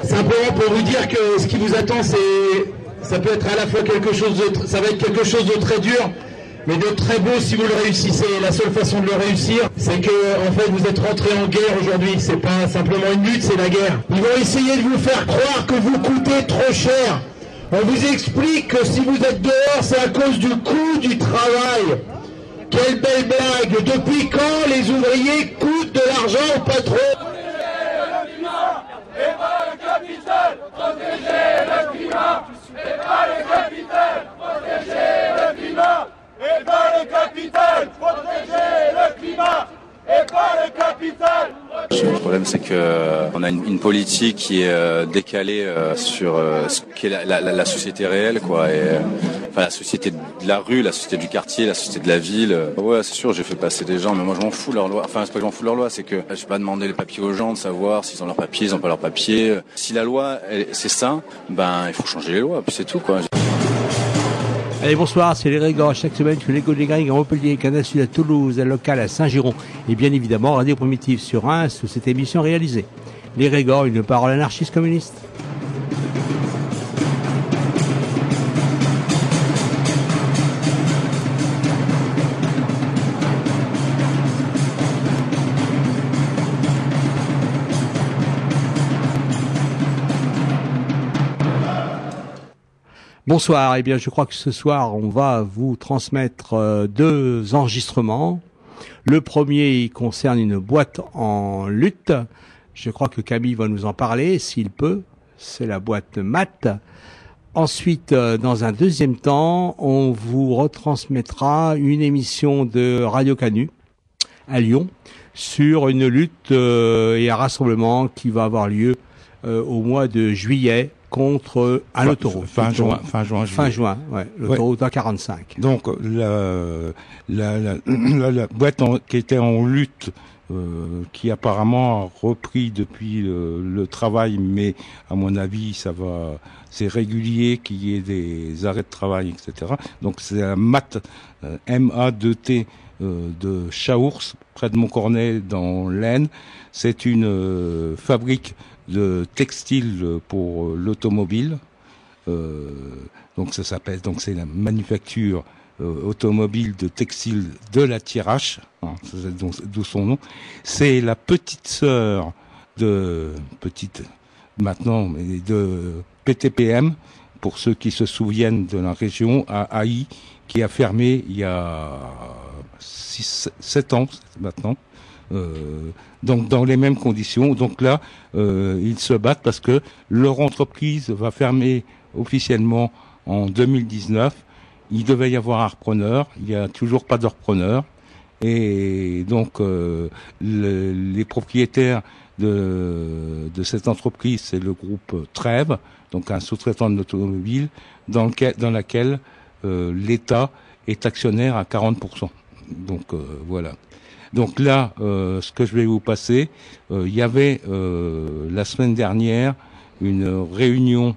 Simplement pour vous dire que ce qui vous attend, ça peut être à la fois ça va être quelque chose de très dur, mais de très beau si vous le réussissez. La seule façon de le réussir, c'est que, en fait, vous êtes rentré en guerre aujourd'hui. C'est pas simplement une lutte, c'est la guerre. Ils vont essayer de vous faire croire que vous coûtez trop cher. On vous explique que si vous êtes dehors, c'est à cause du coût du travail. Quelle belle blague! Depuis quand les ouvriers coûtent de l'argent au patron? Et pas le capital, protéger le climat. Et pas le capital, protéger le climat. Et pas le capital, protéger le climat. Et pas le capital. Le problème, c'est qu'on a une politique qui est décalée sur ce qu'est la société réelle, quoi. Et, enfin, la société de la rue, la société du quartier, la société de la ville. Ouais, c'est sûr, j'ai fait passer des gens, mais moi je m'en fous de leur loi. Enfin, c'est pas que je m'en fous de leur loi, c'est que je vais pas demander les papiers aux gens de savoir s'ils ont leurs papiers, ils ont pas leurs papiers. Si la loi, c'est ça, ben il faut changer les lois, puis c'est tout, quoi. Allez, bonsoir, c'est les Régors. Chaque semaine, je l'écho des Gringues à Montpellier, Canal Sud à Toulouse, à local à Saint-Giron et bien évidemment Radio Primitive sur Reims où cette émission est réalisée. Les Régors, une parole anarchiste communiste. Bonsoir, eh bien je crois que ce soir on va vous transmettre deux enregistrements. Le premier il concerne une boîte en lutte. Je crois que Camille va nous en parler s'il peut. C'est la boîte Mat. Ensuite, dans un deuxième temps, on vous retransmettra une émission de Radio Canu à Lyon sur une lutte et un rassemblement qui va avoir lieu au mois de juillet contre un autoroute. Fin juin, ouais, l'autoroute A45. Donc la boîte qui était en lutte, qui apparemment a repris depuis le travail, mais à mon avis c'est régulier qu'il y ait des arrêts de travail, etc. Donc c'est la MAT, M-A-2-T de Chaours, près de Montcornet dans l'Aisne. C'est une fabrique de textiles pour l'automobile. Donc ça s'appelle, donc c'est la manufacture automobile de textiles de la Thiérache, hein, d'où son nom. C'est la petite sœur de PTPM, pour ceux qui se souviennent de la région, à Haï, qui a fermé il y a 7 ans maintenant. Donc dans les mêmes conditions. Donc là, ils se battent parce que leur entreprise va fermer officiellement en 2019. Il devait y avoir un repreneur, il n'y a toujours pas de repreneur. Et donc les propriétaires de cette entreprise, c'est le groupe Trèves, donc un sous-traitant de l'automobile, dans laquelle l'État est actionnaire à 40%. Donc voilà. Donc là, ce que je vais vous passer, il y avait la semaine dernière une réunion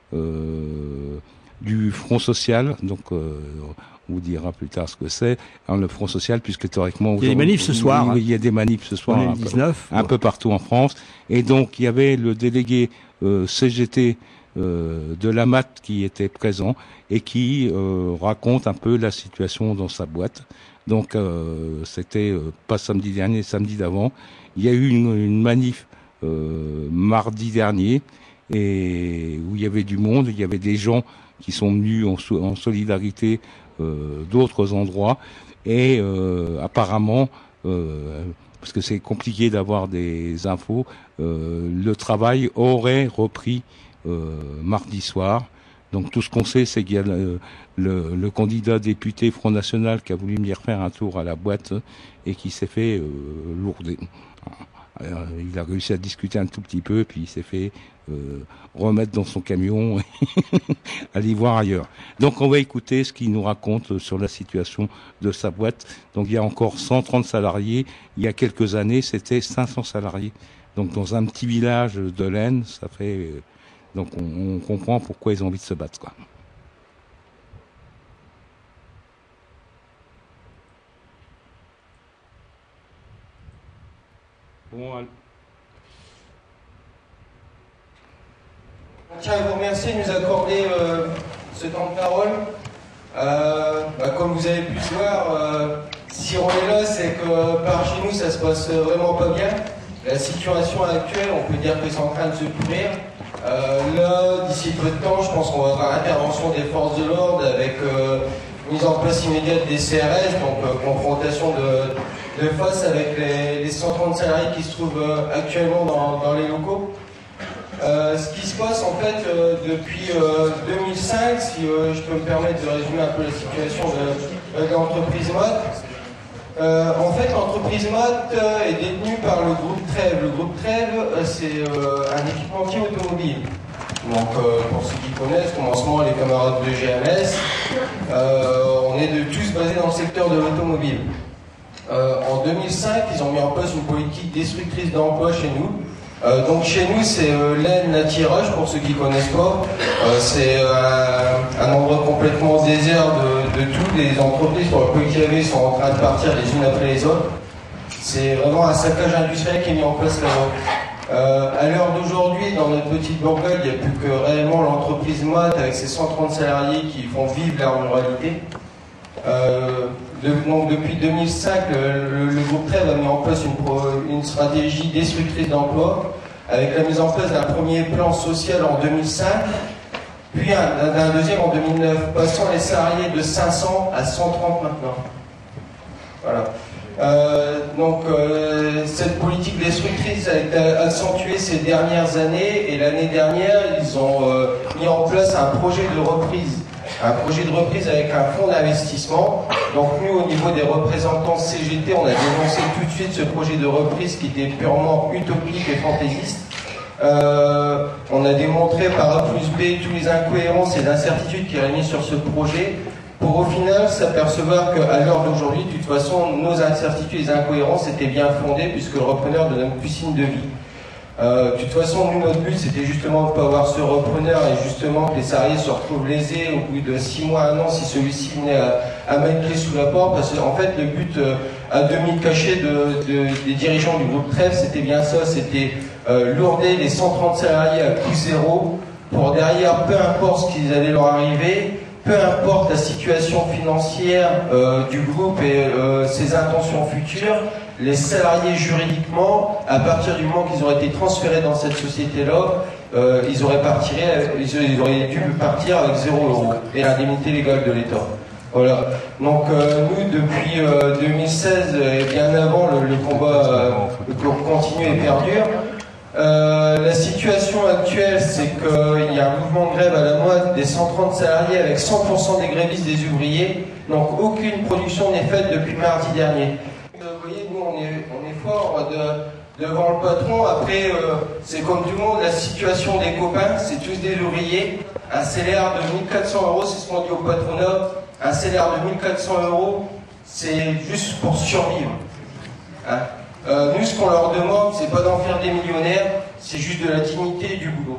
du Front Social, donc on vous dira plus tard ce que c'est, hein, le Front Social, puisque théoriquement... Il y a des manifs ce soir. Il y a des manifs ce soir, un peu partout en France. Et donc, il y avait le délégué CGT de la MAT qui était présent et qui raconte un peu la situation dans sa boîte. Donc, c'était pas samedi dernier, samedi d'avant. Il y a eu une manif mardi dernier et où il y avait du monde, il y avait des gens qui sont venus en solidarité d'autres endroits et apparemment parce que c'est compliqué d'avoir des infos, le travail aurait repris mardi soir. Donc tout ce qu'on sait, c'est qu'il y a le candidat député Front National qui a voulu venir faire un tour à la boîte et qui s'est fait lourder. Il a réussi à discuter un tout petit peu, puis il s'est fait remettre dans son camion et aller voir ailleurs. Donc on va écouter ce qu'il nous raconte sur la situation de sa boîte. Donc il y a encore 130 salariés. Il y a quelques années, c'était 500 salariés. Donc dans un petit village de l'Aisne, ça fait... donc on comprend pourquoi ils ont envie de se battre, quoi. Bon, On tient à vous remercier de nous accorder ce temps de parole. Comme vous avez pu le voir, si on est là, c'est que par chez nous, ça se passe vraiment pas bien. La situation actuelle, on peut dire que c'est en train de se pourrir. Là, d'ici peu de temps, je pense qu'on va avoir intervention des forces de l'ordre avec mise en place immédiate des CRS, donc confrontation de face avec les 130 salariés qui se trouvent actuellement dans les locaux. Ce qui se passe en fait depuis 2005, si je peux me permettre de résumer un peu la situation de l'entreprise MOT. En fait, l'entreprise MOT est détenue par le groupe Trèves. Le groupe Trèves, c'est un équipementier automobile. Donc, pour ceux qui connaissent, commencement les camarades de GMS, on est tous basés dans le secteur de l'automobile. En 2005, ils ont mis en place une politique destructrice d'emploi chez nous. Donc chez nous, c'est l'aine l'attirage, pour ceux qui ne connaissent pas. C'est un endroit complètement désert de tout. Les entreprises pour le peu qu'il y avait sont en train de partir les unes après les autres. C'est vraiment un saccage industriel qui est mis en place là-bas. À l'heure d'aujourd'hui, dans notre petite bourgade, il n'y a plus que réellement l'entreprise MOT avec ses 130 salariés qui font vivre la ruralité. Donc depuis 2005, le groupe Trèves a mis en place une stratégie destructrice d'emploi avec la mise en place d'un premier plan social en 2005, puis d'un deuxième en 2009, passant les salariés de 500 à 130 maintenant. Voilà. Cette politique destructrice a été accentuée ces dernières années et l'année dernière, ils ont mis en place un projet de reprise. Un projet de reprise avec un fonds d'investissement. Donc nous, au niveau des représentants CGT, on a dénoncé tout de suite ce projet de reprise qui était purement utopique et fantaisiste. On a démontré par A plus B tous les incohérences et les incertitudes qui régnaient sur ce projet, pour au final s'apercevoir qu'à l'heure d'aujourd'hui, de toute façon, nos incertitudes et incohérences étaient bien fondées puisque le repreneur ne donne plus signe de vie. De toute façon, nous, notre but, c'était justement de ne pas avoir ce repreneur et justement que les salariés se retrouvent lésés au bout de 6 mois, 1 an, si celui-ci venait à mettre clé sous la porte. Parce qu'en fait, le but à demi caché des dirigeants du groupe Trèves, c'était bien ça, c'était lourder les 130 salariés à coût zéro pour derrière, peu importe ce qui allait leur arriver, peu importe la situation financière du groupe et ses intentions futures, les salariés juridiquement, à partir du moment qu'ils auraient été transférés dans cette société-là, ils auraient dû partir avec 0 € et l'indemnité légale de l'État. Voilà. Donc nous, depuis 2016 et bien avant, le combat continue et perdure. La situation actuelle, c'est qu'il y a un mouvement de grève à la mode des 130 salariés avec 100% des grévistes des ouvriers. Donc aucune production n'est faite depuis mardi dernier. Vous voyez, nous on est fort devant le patron. Après, c'est comme tout le monde, la situation des copains, c'est tous des ouvriers. Un salaire de 1 400 €, c'est ce qu'on dit au patronat. Un salaire de 1 400 €, c'est juste pour survivre. Hein? Nous, ce qu'on leur demande, c'est pas d'en faire des millionnaires, c'est juste de la dignité et du boulot.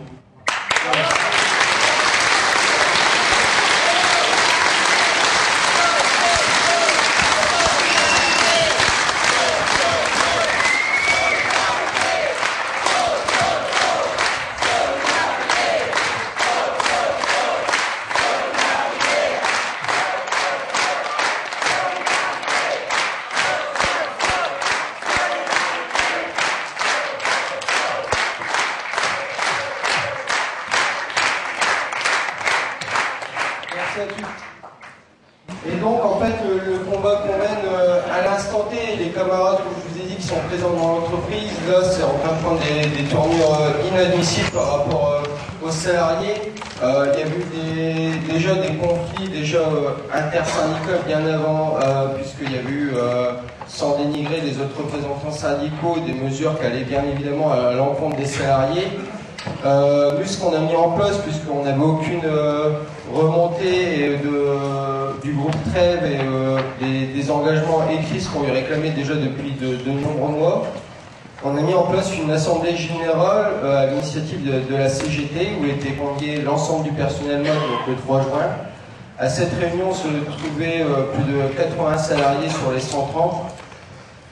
Et donc en fait le combat qu'on mène à l'instant T, les camarades comme je vous ai dit qui sont présents dans l'entreprise, là c'est en train de prendre des tournures inadmissibles par rapport aux salariés. Il y a eu déjà des conflits intersyndicaux bien avant, puisqu'il y a eu, sans dénigrer les autres représentants syndicaux, des mesures qui allaient bien évidemment à l'encontre des salariés. Nous, ce qu'on a mis en place, puisqu'on n'avait aucune remontée du groupe Trèves et des engagements écrits, ce qu'on lui réclamait déjà depuis de nombreux mois, on a mis en place une assemblée générale à l'initiative de la CGT où était convié l'ensemble du personnel MOT, donc le 3 juin. À cette réunion se trouvaient plus de 80 salariés sur les 130.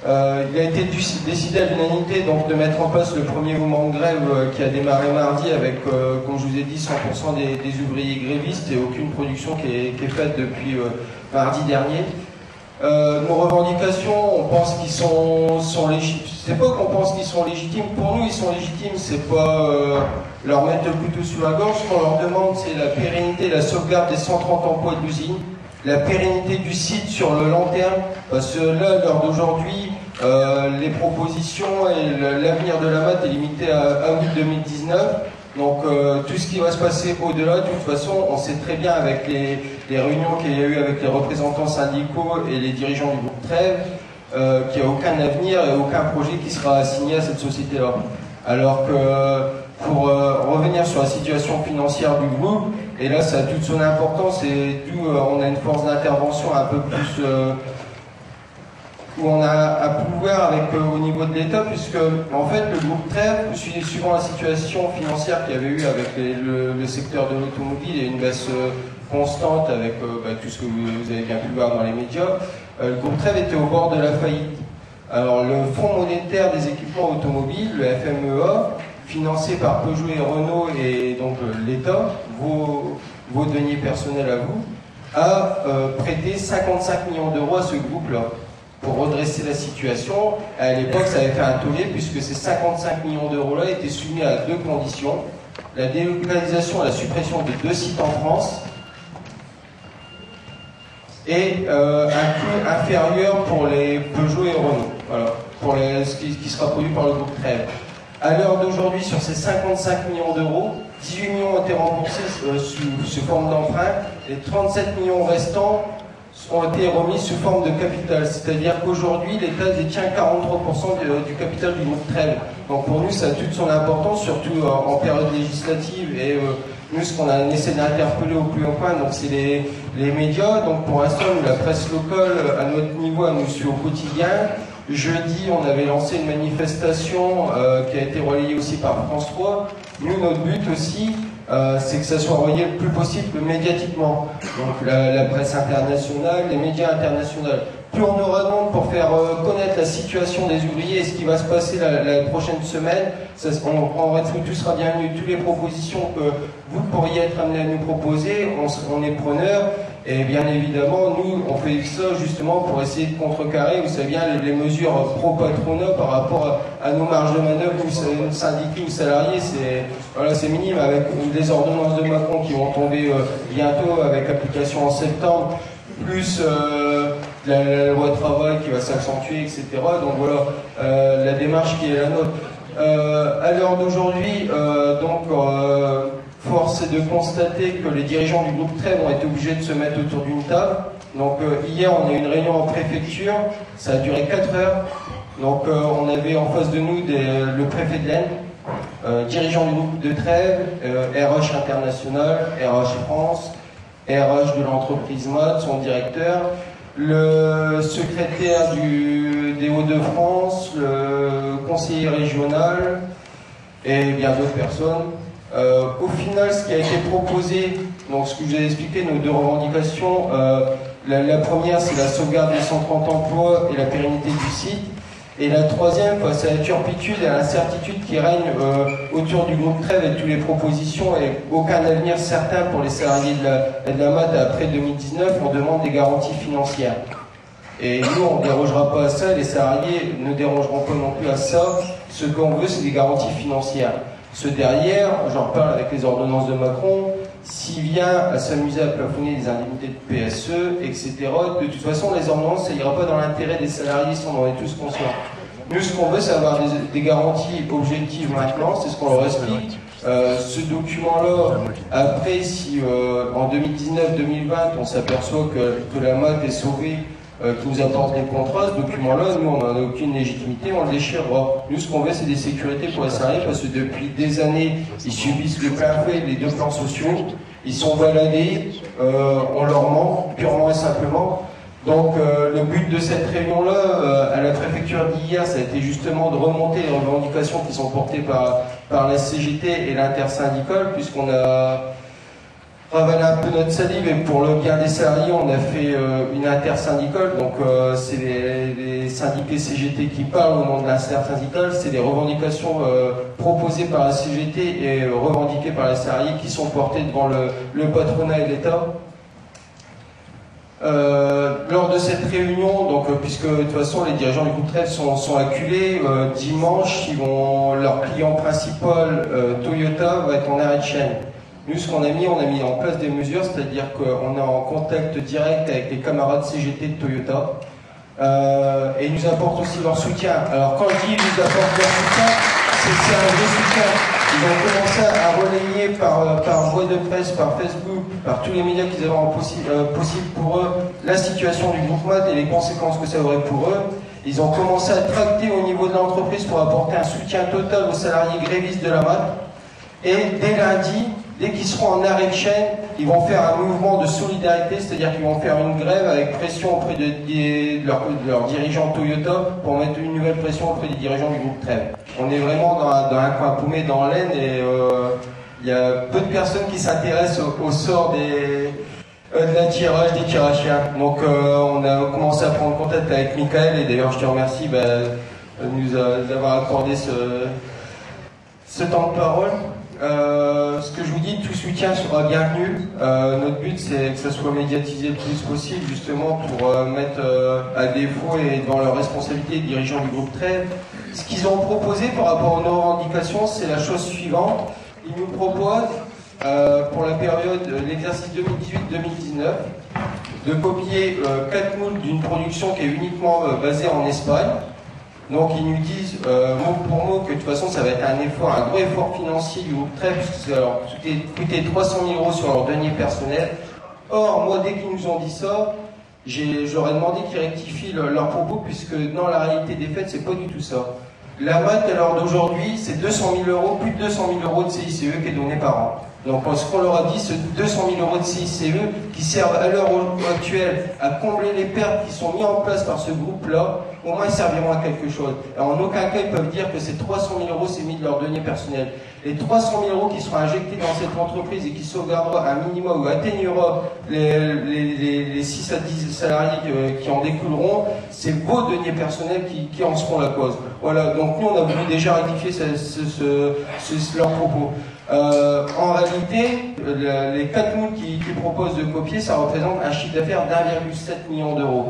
Il a été décidé à l'unanimité donc de mettre en place le premier mouvement de grève qui a démarré mardi avec, comme je vous ai dit, 100% des ouvriers grévistes et aucune production qui est faite depuis mardi dernier. Nos revendications, on pense qu'ils sont légitimes. C'est pas qu'on pense qu'ils sont légitimes. Pour nous, ils sont légitimes. C'est pas leur mettre le couteau sous la gorge. Ce qu'on leur demande, c'est la pérennité, la sauvegarde des 130 emplois de l'usine, la pérennité du site sur le long terme. Parce que là, à l'heure d'aujourd'hui, les propositions et l'avenir de la MAT est limité à août 2019. Donc tout ce qui va se passer au-delà, de toute façon, on sait très bien avec les réunions qu'il y a eu avec les représentants syndicaux et les dirigeants du groupe Trèves, qu'il n'y a aucun avenir et aucun projet qui sera assigné à cette société-là. Alors que pour revenir sur la situation financière du groupe, et là ça a toute son importance et d'où on a une force d'intervention un peu plus... où on a un pouvoir avec, au niveau de l'État, puisque en fait le groupe Trèves, suivant la situation financière qu'il y avait eu avec le secteur de l'automobile et une baisse constante avec tout ce que vous avez bien pu voir dans les médias, le groupe Trèves était au bord de la faillite. Alors le Fonds monétaire des équipements automobiles, le FMEA, financé par Peugeot et Renault et donc l'État, vos deniers personnels à vous, a prêté 55 millions d'euros à ce groupe-là pour redresser la situation. À l'époque, ça avait fait un tollé puisque ces 55 millions d'euros-là étaient soumis à deux conditions. La délocalisation et la suppression de 2 sites en France et un coût inférieur pour les Peugeot et Renault. Voilà, pour ce qui sera produit par le groupe Trèves. À l'heure d'aujourd'hui, sur ces 55 millions d'euros, 18 millions ont été remboursés sous forme d'emprunt et 37 millions restants ont été remis sous forme de capital. C'est-à-dire qu'aujourd'hui, l'État détient 43% du capital du groupe Trèves. Donc pour nous, ça a toute son importance, surtout en période législative. Et nous, ce qu'on a essayé d'interpeller au plus haut point, donc c'est les médias. Donc pour l'instant, la presse locale, à notre niveau, elle nous suit au quotidien. Jeudi, on avait lancé une manifestation qui a été relayée aussi par France 3. Nous, notre but aussi, c'est que ça soit envoyé le plus possible médiatiquement. Donc la presse internationale, les médias internationaux. Plus on aura de monde pour faire connaître la situation des ouvriers et ce qui va se passer la prochaine semaine, tout sera bienvenu. Toutes les propositions que vous pourriez être amenés à nous proposer, on est preneurs. Et bien évidemment, nous, on fait ça justement pour essayer de contrecarrer, vous savez bien, les mesures pro-patronat par rapport à nos marges de manœuvre, nous, syndiqués ou salariés, c'est minime, avec les ordonnances de Macron qui vont tomber bientôt, avec application en septembre, plus la loi de travail qui va s'accentuer, etc. Donc voilà, la démarche qui est la nôtre. À l'heure d'aujourd'hui, force est de constater que les dirigeants du groupe Trèves ont été obligés de se mettre autour d'une table. Donc hier, on a eu une réunion en préfecture, ça a duré 4 heures. Donc on avait en face de nous le préfet de l'Aisne, dirigeant du groupe de Trèves, RH International, RH France, RH de l'entreprise MAT, son directeur, le secrétaire des Hauts-de-France, le conseiller régional et bien d'autres personnes. Au final, ce qui a été proposé, donc ce que je vous ai expliqué, nos deux revendications, la première c'est la sauvegarde des 130 emplois et la pérennité du site, et la troisième, face à la turpitude et à l'incertitude qui règne autour du groupe Trèves et toutes les propositions et aucun avenir certain pour les salariés de la MAT après 2019, on demande des garanties financières. Et nous, on ne dérogera pas à ça, les salariés ne dérogeront pas non plus à ça. Ce qu'on veut, c'est des garanties financières. Ce derrière, j'en reparle avec les ordonnances de Macron, s'il vient à s'amuser à plafonner des indemnités de PSE, etc., de toute façon, les ordonnances, ça ira pas dans l'intérêt des salariés, si on en est tous conscients. Nous, ce qu'on veut, c'est avoir des garanties objectives maintenant, c'est ce qu'on leur explique. Ce document-là, après, si en 2019-2020, on s'aperçoit que la MAT est sauvée, qui nous apporte les contrats, ce document-là, nous, on n'en a aucune légitimité, on le déchirera. Nous, ce qu'on veut, c'est des sécurités pour les salariés, parce que depuis des années, ils subissent le plein fouet des deux plans sociaux, ils sont baladés, on leur ment, purement et simplement. Donc, le but de cette réunion-là, à la préfecture d'hier, ça a été justement de remonter les revendications qui sont portées par la CGT et l'intersyndicale, puisqu'on a ravaler un peu notre salive, et pour le bien des salariés, on a fait une intersyndicale. Donc c'est les syndiqués CGT qui parlent au nom de l'intersyndicale. C'est des revendications proposées par la CGT et revendiquées par les salariés qui sont portées devant le patronat et l'État. Lors de cette réunion, donc puisque de toute façon les dirigeants du groupe Trèves sont acculés, dimanche, leur client principal, Toyota, va être en arrêt de chaîne. Nous, ce qu'on a mis en place des mesures, c'est-à-dire qu'on est en contact direct avec les camarades CGT de Toyota, et ils nous apportent aussi leur soutien. Alors quand je dis ils nous apportent leur soutien, c'est un vrai soutien. Ils ont commencé à relayer par voie de presse, par Facebook, par tous les médias qu'ils avaient possible pour eux, la situation du groupe MAT et les conséquences que ça aurait pour eux. Ils ont commencé à tracter au niveau de l'entreprise pour apporter un soutien total aux salariés grévistes de la MAT. Et dès lundi, dès qu'ils seront en arrêt de chaîne, ils vont faire un mouvement de solidarité, c'est-à-dire qu'ils vont faire une grève avec pression auprès de leurs dirigeants Toyota pour mettre une nouvelle pression auprès des dirigeants du groupe Trèves. On est vraiment dans un coin paumé dans l'Aisne, et il y a peu de personnes qui s'intéressent au sort de l'attirage des tirachiens. Donc on a commencé à prendre contact avec Michael, et d'ailleurs je te remercie de nous avoir accordé ce temps de parole. Ce que je vous dis, tout soutien sera bienvenu. Notre but, c'est que ça soit médiatisé le plus possible, justement pour mettre à défaut et devant leur responsabilité les dirigeants du groupe Trèves. Ce qu'ils ont proposé par rapport aux revendications, c'est la chose suivante. Ils nous proposent, pour la période, l'exercice 2018-2019, de copier 4 moules d'une production qui est uniquement basée en Espagne. Donc ils nous disent mot pour mot que de toute façon ça va être un gros effort financier du groupe Trèves, puisque ça leur coûté 300 000 € sur leur denier personnel. Or, moi, dès qu'ils nous ont dit ça, j'aurais demandé qu'ils rectifient leurs propos, puisque dans la réalité des faits, c'est pas du tout ça. La MAT, à l'heure d'aujourd'hui, c'est 200 000 €, plus de 200 000 € de CICE qui est donné par an. Donc ce qu'on leur a dit, c'est 200 000 € de CICE qui servent à l'heure actuelle à combler les pertes qui sont mises en place par ce groupe-là. Au moins ils serviront à quelque chose. Alors, en aucun cas ils peuvent dire que ces 300 000 € c'est mis de leur denier personnel. Les 300 000 € qui seront injectés dans cette entreprise et qui sauvegardera un minimum ou atteignera les 6 à 10 salariés qui en découleront, c'est vos deniers personnels qui en seront la cause. Voilà, donc nous on a voulu déjà rectifier leurs propos. En réalité, les 4 moules qu'ils proposent de copier, ça représente un chiffre d'affaires d'1,7 million d'euros.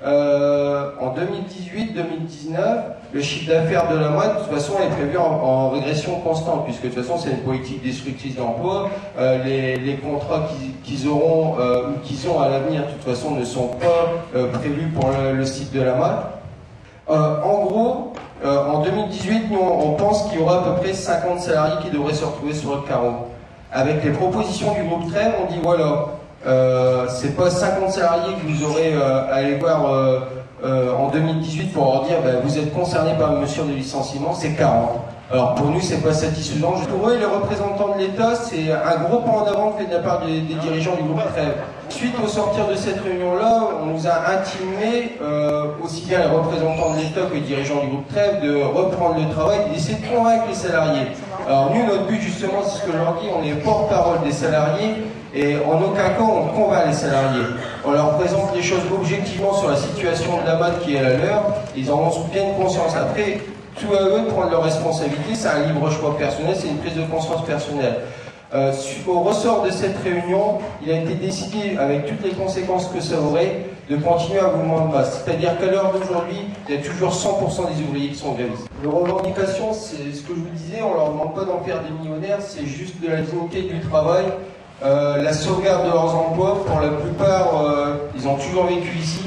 En 2018-2019, le chiffre d'affaires de la MAT, de toute façon, est prévu en régression constante, puisque de toute façon, c'est une politique destructrice d'emploi. Les contrats qu'ils auront ou qu'ils ont à l'avenir, de toute façon, ne sont pas prévus pour le site de la MAT. En gros, en 2018, nous, on pense qu'il y aura à peu près 50 salariés qui devraient se retrouver sur le carreau. Avec les propositions du groupe Trèves, on dit voilà, c'est pas 50 salariés que vous aurez à aller voir en 2018 pour leur dire vous êtes concernés par une mesure de licenciement, c'est 40. Alors pour nous, c'est pas satisfaisant. Pour eux, les représentants de l'État, c'est un gros pas en avant fait de la part des dirigeants du groupe Trèves. Suite au sortir de cette réunion-là, on nous a intimé, aussi bien les représentants de l'État que les dirigeants du groupe Trèves, de reprendre le travail et d'essayer de convaincre les salariés. Alors nous, notre but justement, c'est ce que je leur dis, on est porte-parole des salariés et en aucun cas on convainc les salariés. On leur présente les choses objectivement sur la situation de la MAT qui est la leur, ils en ont bien conscience. Après, tout à eux de prendre leurs responsabilités, c'est un libre choix personnel, c'est une prise de conscience personnelle. Au ressort de cette réunion, il a été décidé, avec toutes les conséquences que ça aurait, de continuer un mouvement de masse. C'est-à-dire qu'à l'heure d'aujourd'hui, il y a toujours 100% des ouvriers qui sont grévistes. Les revendications, c'est ce que je vous disais, on leur demande pas d'en faire des millionnaires, c'est juste de la dignité du travail, la sauvegarde de leurs emplois. Pour la plupart, ils ont toujours vécu ici.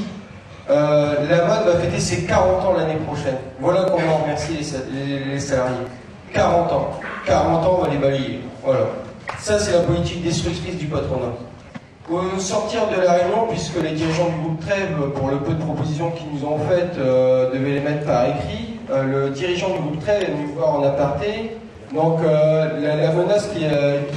La MAT va fêter ses 40 ans l'année prochaine. Voilà comment on remercie les salariés. 40 ans. 40 ans, on va les balayer. Voilà. Ça, c'est la politique destructrice du patronat. Pour sortir de la réunion, puisque les dirigeants du groupe Trèves, pour le peu de propositions qu'ils nous ont faites, devaient les mettre par écrit, le dirigeant du groupe Trèves est venu voir en aparté. Donc la menace qu'il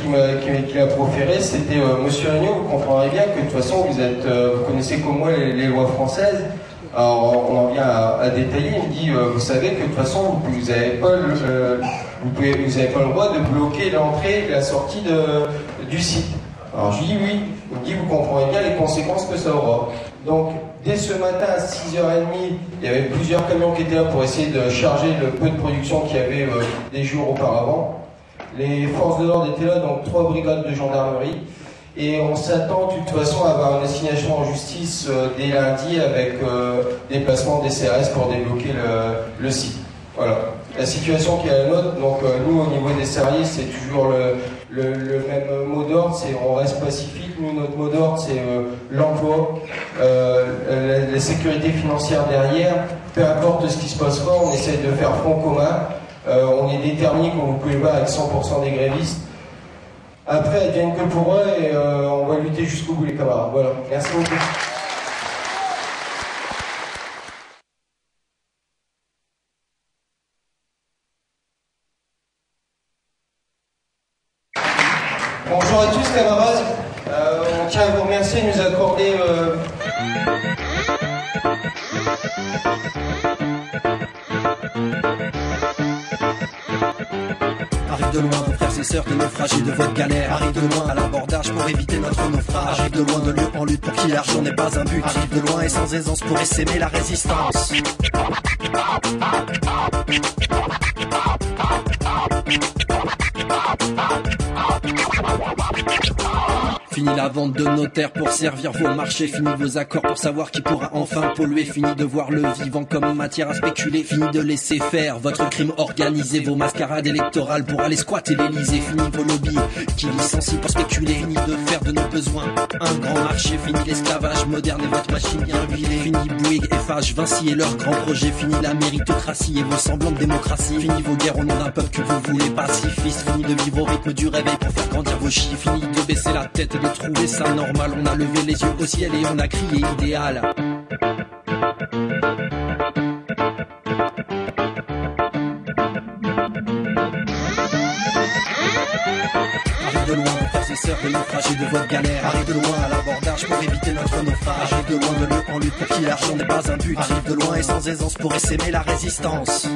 a proférée, c'était Monsieur Regnault, vous comprendrez bien que de toute façon vous connaissez comme moi les lois françaises. Alors on en vient à détailler. Il me dit vous savez que de toute façon vous n'avez pas le droit de bloquer l'entrée et la sortie du site. Alors je lui dis oui, il me dit vous comprenez bien les conséquences que ça aura. Donc dès ce matin à 6h30, il y avait plusieurs camions qui étaient là pour essayer de charger le peu de production qu'il y avait des jours auparavant. Les forces de l'ordre étaient là, donc 3 brigades de gendarmerie. Et on s'attend de toute façon à avoir une assignation en justice dès lundi avec des placements des CRS pour débloquer le site. Voilà. La situation qui est la nôtre, donc nous au niveau des salariés, c'est toujours le même mot d'ordre, c'est on reste pacifique. Nous, notre mot d'ordre, c'est l'emploi, la sécurité financière derrière. Peu importe ce qui se passera, on essaie de faire front commun. On est déterminé qu'on ne pouvait pas avec 100% des grévistes. Après, elle vient que pour eux et on va lutter jusqu'au bout, les camarades. Voilà. Merci beaucoup. Bonjour à tous, camarades. On tient à vous remercier de nous accorder. Arrive de loin, vos frères et sœurs, des naufragés de votre galère. Arrive de loin à l'abordage pour éviter notre naufrage. Arrive de loin de lieu en lutte pour qui l'argent n'est pas un but. Arrive de loin et sans aisance pour essaimer la résistance. Fini la vente de notaires pour servir vos marchés. Fini vos accords pour savoir qui pourra enfin polluer. Fini de voir le vivant comme matière à spéculer. Fini de laisser faire votre crime organisé. Vos mascarades électorales pour aller squatter l'Elysée. Fini vos lobbies qui licencient pour spéculer. Fini de faire de nos besoins un grand marché. Fini l'esclavage moderne et votre machine bien huilée. Fini Bouygues, Eiffage, Vinci et leurs grands projets. Fini la méritocratie et vos semblants de démocratie. Fini vos guerres au nom d'un peuple que vous voulez pacifiste. Fini de vivre au rythme du réveil pour faire grandir vos chiffres. Fini de baisser la tête et de trouver ça normal. On a levé les yeux au ciel et on a crié idéal. Arrive de loin, vos frères et sœurs, des naufragés de votre galère. Arrive de loin à l'abordage pour éviter notre naufrage. Arrive de loin de lieu en lutte pour qui l'argent n'est pas un but. Arrive de loin et sans aisance pour essaimer la résistance.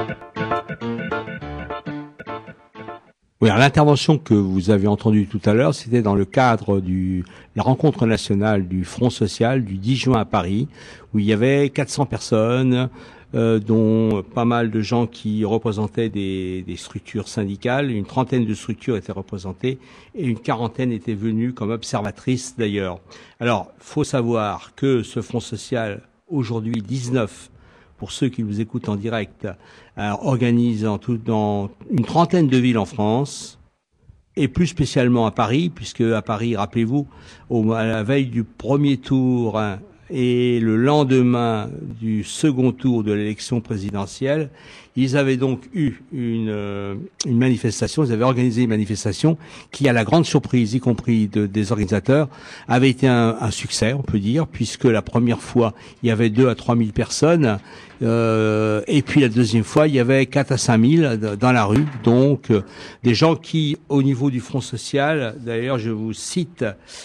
Oui, alors l'intervention que vous avez entendue tout à l'heure, c'était dans le cadre de la rencontre nationale du Front Social du 10 juin à Paris, où il y avait 400 personnes, dont pas mal de gens qui représentaient des structures syndicales. Une trentaine de structures étaient représentées et une quarantaine étaient venues comme observatrices d'ailleurs. Alors, faut savoir que ce Front Social, aujourd'hui 19, pour ceux qui nous écoutent en direct, organise dans une trentaine de villes en France, et plus spécialement à Paris, puisque à Paris, rappelez-vous, à la veille du premier tour et le lendemain du second tour de l'élection présidentielle, ils avaient donc eu une manifestation, ils avaient organisé une manifestation qui, à la grande surprise, y compris des organisateurs, avait été un succès, on peut dire, puisque la première fois, il y avait 2 à 3 000 personnes, et puis la deuxième fois, il y avait 4 à 5 000 dans la rue, donc des gens qui, au niveau du Front Social, d'ailleurs, je vous cite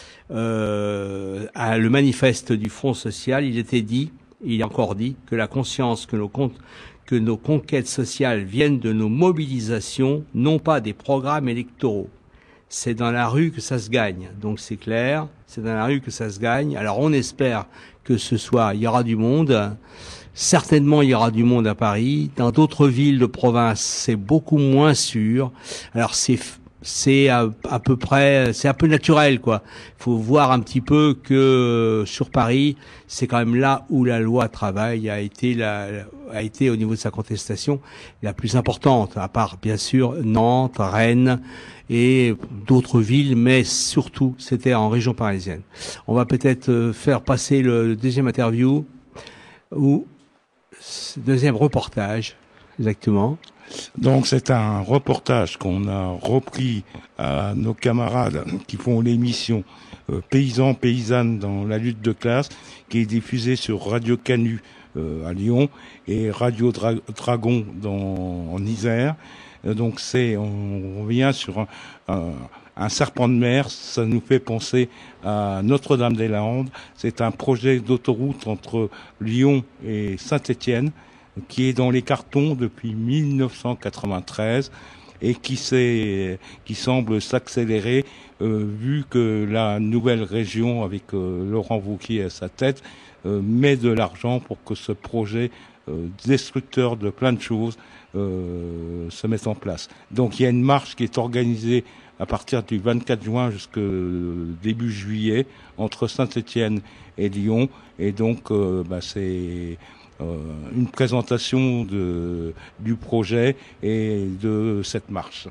le manifeste du Front Social, il est encore dit que la conscience que nos conquêtes sociales viennent de nos mobilisations, non pas des programmes électoraux. C'est dans la rue que ça se gagne. Donc c'est clair, c'est dans la rue que ça se gagne. Alors on espère que ce soir, il y aura du monde. Certainement, il y aura du monde à Paris. Dans d'autres villes de province, c'est beaucoup moins sûr. Alors c'est à peu près, c'est un peu naturel, quoi. Il faut voir un petit peu que sur Paris, c'est quand même là où la loi travail a été au niveau de sa contestation la plus importante, à part bien sûr Nantes, Rennes et d'autres villes, mais surtout c'était en région parisienne. On va peut-être faire passer le deuxième interview ou deuxième reportage, exactement. Donc c'est un reportage qu'on a repris à nos camarades qui font l'émission Paysans, Paysannes dans la lutte de classe, qui est diffusée sur Radio Canu à Lyon et Radio Dragon en Isère. Donc on revient sur un serpent de mer, ça nous fait penser à Notre-Dame-des-Landes. C'est un projet d'autoroute entre Lyon et Saint-Étienne qui est dans les cartons depuis 1993 et qui semble s'accélérer vu que la nouvelle région avec Laurent Wauquiez à sa tête met de l'argent pour que ce projet destructeur de plein de choses se mette en place. Donc il y a une marche qui est organisée à partir du 24 juin jusqu'au début juillet entre Saint-Étienne et Lyon, et donc c'est une présentation du projet et de cette marche.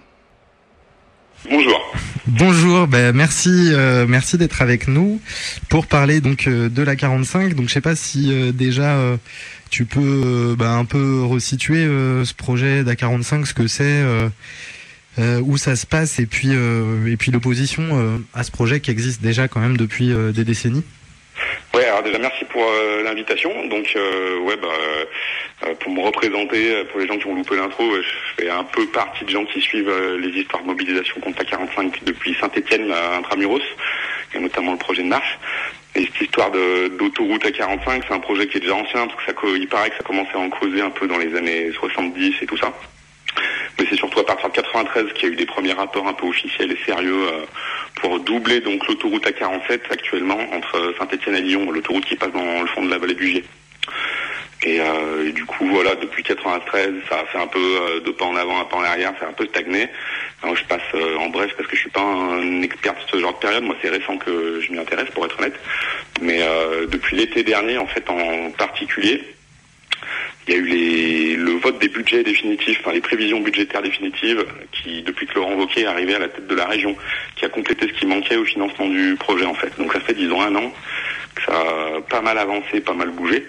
Bonjour, merci d'être avec nous pour parler donc de la 45. Donc je sais pas si déjà tu peux un peu resituer ce projet d'A45, ce que c'est, où ça se passe, et puis l'opposition à ce projet qui existe déjà quand même depuis des décennies. Ouais, alors déjà merci pour l'invitation. Donc pour me représenter, pour les gens qui ont loupé l'intro, je fais un peu partie de gens qui suivent les histoires de mobilisation contre la 45 depuis Saint-Étienne à Intramuros, et notamment le projet de marche. Et cette histoire d'autoroute A45, c'est un projet qui est déjà ancien, parce que il paraît que ça commençait à en causer un peu dans les années 70 et tout ça. Mais c'est surtout à partir de 93 qu'il y a eu des premiers rapports un peu officiels et sérieux pour doubler donc l'autoroute A47 actuellement entre Saint-Étienne et Lyon, l'autoroute qui passe dans le fond de la vallée du Gier. Et du coup voilà, depuis 93, ça a fait un peu de pas en avant, un pas en arrière, ça a un peu stagné. Alors, je passe en bref parce que je suis pas un expert de ce genre de période. Moi, c'est récent que je m'y intéresse, pour être honnête. Mais depuis l'été dernier, en fait, en particulier, il y a eu le vote des budgets définitifs, enfin les prévisions budgétaires définitives, qui, depuis que Laurent Wauquiez est arrivé à la tête de la région, qui a complété ce qui manquait au financement du projet, en fait. Donc ça fait, disons, 1 an que ça a pas mal avancé, pas mal bougé.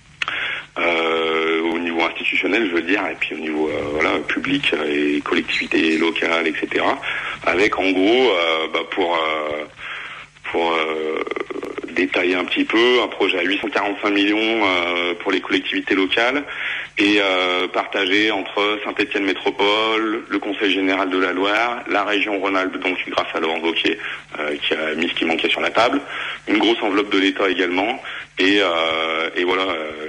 Au niveau institutionnel, je veux dire, et puis au niveau public et collectivités locales, etc. Avec en gros, pour détailler un petit peu, un projet à 845 millions pour les collectivités locales et partagé entre Saint-Étienne Métropole, le Conseil Général de la Loire, la région Rhône-Alpes, donc grâce à Laurent Wauquiez qui a mis ce qui manquait sur la table, une grosse enveloppe de l'État également, et voilà,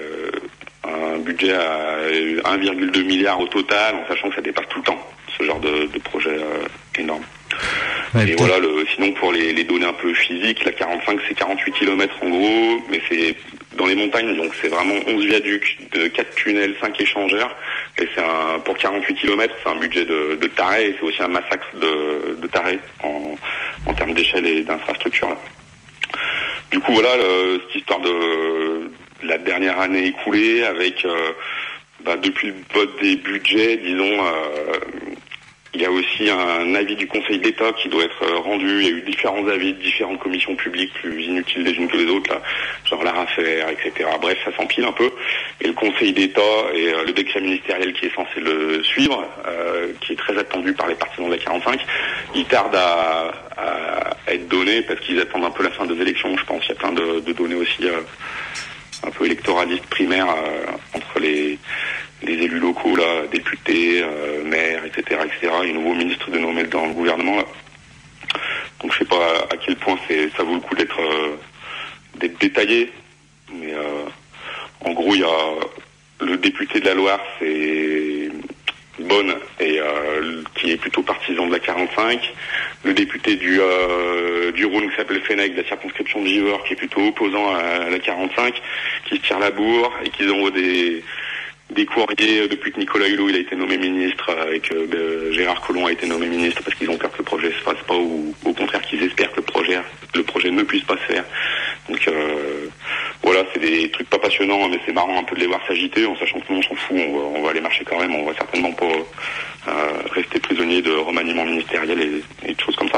un budget à 1,2 milliard au total, en sachant que ça dépasse tout le temps ce genre de projet énorme. Ouais, et voilà, sinon pour les données un peu physiques, la 45 c'est 48 km en gros, mais c'est dans les montagnes, donc c'est vraiment 11 viaducs, 4 tunnels, 5 échangeurs, et pour 48 km c'est un budget de taré, et c'est aussi un massacre de taré en termes d'échelle et d'infrastructure là. Du coup voilà, cette histoire de la dernière année écoulée avec depuis le vote des budgets, disons, il y a aussi un avis du Conseil d'État qui doit être rendu. Il y a eu différents avis de différentes commissions publiques plus inutiles les unes que les autres, là, genre l'ARAFER, etc. Bref, ça s'empile un peu. Et le Conseil d'État et le décret ministériel qui est censé le suivre, qui est très attendu par les partisans de la 45, il tarde à être donné parce qu'ils attendent un peu la fin des élections, je pense. Il y a plein de données aussi un peu électoralistes primaires entre les élus locaux, là, députés, maires, etc., et nouveaux ministres de nommer dans le gouvernement, là. Donc je sais pas à quel point ça vaut le coup d'être détaillé, mais en gros il y a le député de la Loire, c'est Bonne, et qui est plutôt partisan de la 45, le député du Rhône qui s'appelle Fenech, de la circonscription de Givors, qui est plutôt opposant à la 45, qui se tire la bourre et qui envoie des courriers depuis que Nicolas Hulot il a été nommé ministre, et que Gérard Collomb a été nommé ministre, parce qu'ils ont peur que le projet se fasse pas, ou au contraire qu'ils espèrent que le projet ne puisse pas se faire. Donc voilà, c'est des trucs pas passionnants, mais c'est marrant un peu de les voir s'agiter, en sachant que nous on s'en fout, on va aller marcher quand même, on va certainement pas rester prisonnier de remaniement ministériel et de choses comme ça,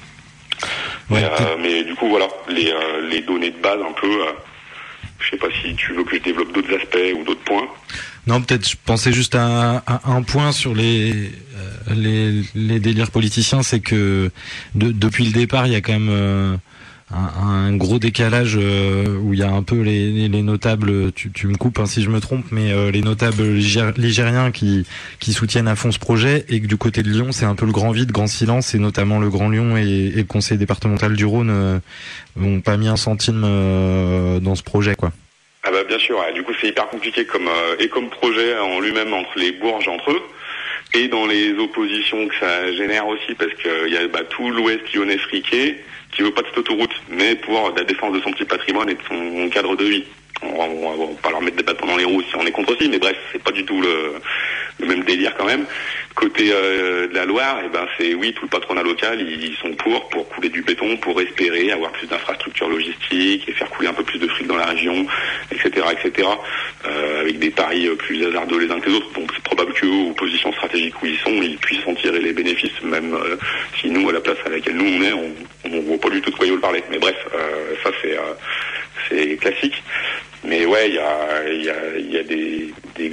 mais du coup voilà, les données de base un peu. Je sais pas si tu veux que je développe d'autres aspects ou d'autres points. Non, peut-être je pensais juste à un point sur les délires politiciens, c'est que depuis le départ, il y a quand même un gros décalage où il y a un peu les notables, tu me coupes si je me trompe, mais les notables ligériens qui soutiennent à fond ce projet, et que du côté de Lyon, c'est un peu le grand vide, grand silence, et notamment le Grand Lyon et le conseil départemental du Rhône n'ont pas mis un centime dans ce projet, quoi. Ah bah bien sûr, ouais. Du coup c'est hyper compliqué comme projet en lui-même entre les bourges entre eux. et dans les oppositions que ça génère aussi, parce que il y a tout l'Ouest lyonnais friqué qui veut pas de cette autoroute, mais pour la défense de son petit patrimoine et de son cadre de vie. On va pas leur mettre des bâtons dans les roues si on est contre aussi, mais bref, c'est pas du tout le même délire quand même. Côté de la Loire, c'est oui, tout le patronat local, ils sont pour couler du béton, pour espérer avoir plus d'infrastructures logistiques et faire couler un peu plus de fric dans la région, etc., avec des paris plus hasardeux les uns que les autres. Bon, c'est probable qu'eux, aux positions stratégiques où ils sont, ils puissent en tirer les bénéfices, même si nous, à la place à laquelle nous on est, on voit pas du tout de quoi ils veulent parler. Mais bref, ça c'est classique. Mais ouais, il y a des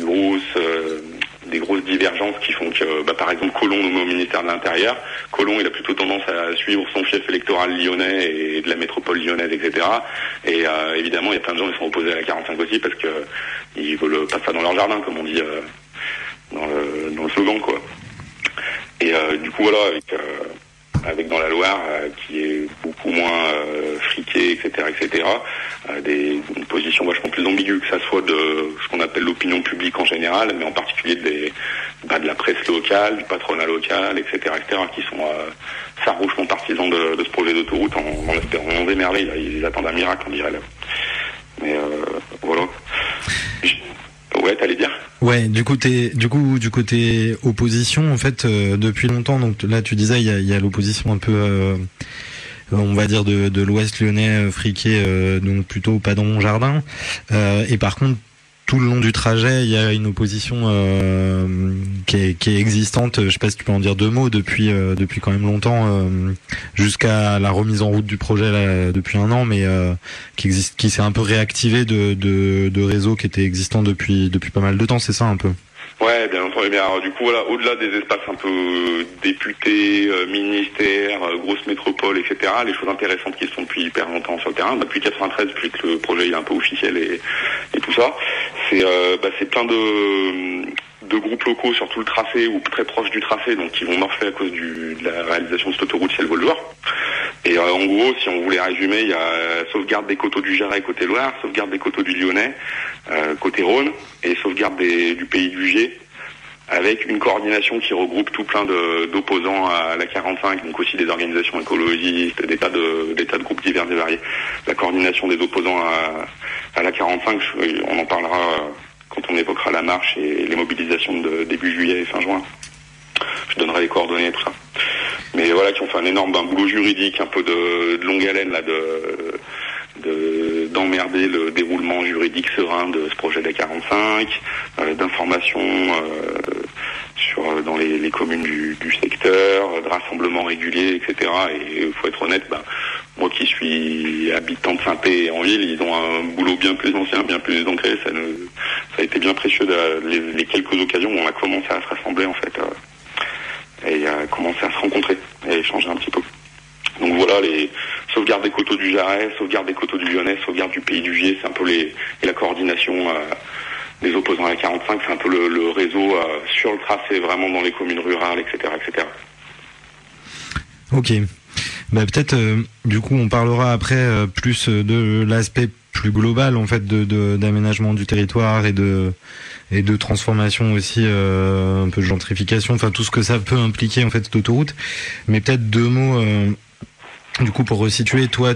grosses divergences qui font que, par exemple, Collomb nommé au ministère de l'Intérieur, Collomb, il a plutôt tendance à suivre son fief électoral lyonnais et de la métropole lyonnaise, etc. Et évidemment, il y a plein de gens qui sont opposés à la 45 aussi parce que ils veulent pas ça dans leur jardin, comme on dit dans le slogan, quoi. Et du coup, voilà, avec dans la Loire, qui est beaucoup moins friquée, etc., une position vachement plus ambiguë, que ça soit de ce qu'on appelle l'opinion publique en général, mais en particulier de la presse locale, du patronat local, etc., qui sont farouchement partisans de ce projet d'autoroute en espérant des merveilles. Là, ils attendent un miracle, on dirait là. Mais voilà. Ouais, t'allais dire. Ouais, du côté opposition, en fait, depuis longtemps. Donc là, tu disais, il y a l'opposition un peu, on va dire de l'Ouest lyonnais friqué, donc plutôt pas dans mon jardin. Et par contre, tout le long du trajet, il y a une opposition qui est existante. Je sais pas si tu peux en dire deux mots depuis quand même longtemps, jusqu'à la remise en route du projet là, depuis un an, mais qui s'est un peu réactivé de réseaux qui étaient existants depuis pas mal de temps. C'est ça un peu. Ouais, bien entendu. Alors, du coup, voilà, au-delà des espaces un peu députés, ministères, grosses métropoles, etc., les choses intéressantes qui se font depuis hyper longtemps sur le terrain, depuis 93, depuis que le projet est un peu officiel et tout ça, c'est plein de groupes locaux sur tout le tracé ou très proches du tracé, donc qui vont morfler à cause de la réalisation de cette autoroute si elle veut le voir. Et en gros, si on voulait résumer, il y a sauvegarde des coteaux du Jarret côté Loire, sauvegarde des coteaux du Lyonnais côté Rhône, et sauvegarde du pays du Gier, avec une coordination qui regroupe tout plein d'opposants à la 45, donc aussi des organisations écologistes, des tas de groupes divers et variés. La coordination des opposants à la 45, on en parlera quand on évoquera la marche et les mobilisations de début juillet et fin juin. Je donnerai les coordonnées et tout ça. Mais voilà, qui ont fait un énorme boulot juridique, un peu de longue haleine là, d'emmerder le déroulement juridique serein de ce projet des 45, d'information dans les communes du secteur, de rassemblements réguliers, etc. Et il faut être honnête, moi qui suis habitant de Saint-Pé et en ville, ils ont un boulot bien plus ancien, bien plus ancré. Ça a été bien précieux les quelques occasions où on a commencé à se rassembler en fait, et à commencer à se rencontrer et à échanger un petit peu. Donc voilà, les sauvegardes des coteaux du Jarret, sauvegarde des coteaux du Lyonnais, sauvegarde du pays du Gier, c'est un peu et la coordination des opposants à la 45, c'est un peu le réseau sur le tracé, vraiment dans les communes rurales, etc., etc. Ok. Peut-être, du coup, on parlera après plus de l'aspect plus global, en fait, d'aménagement du territoire et de transformation aussi, un peu de gentrification, enfin tout ce que ça peut impliquer en fait cette autoroute. Mais peut-être deux mots. Du coup, pour resituer, toi,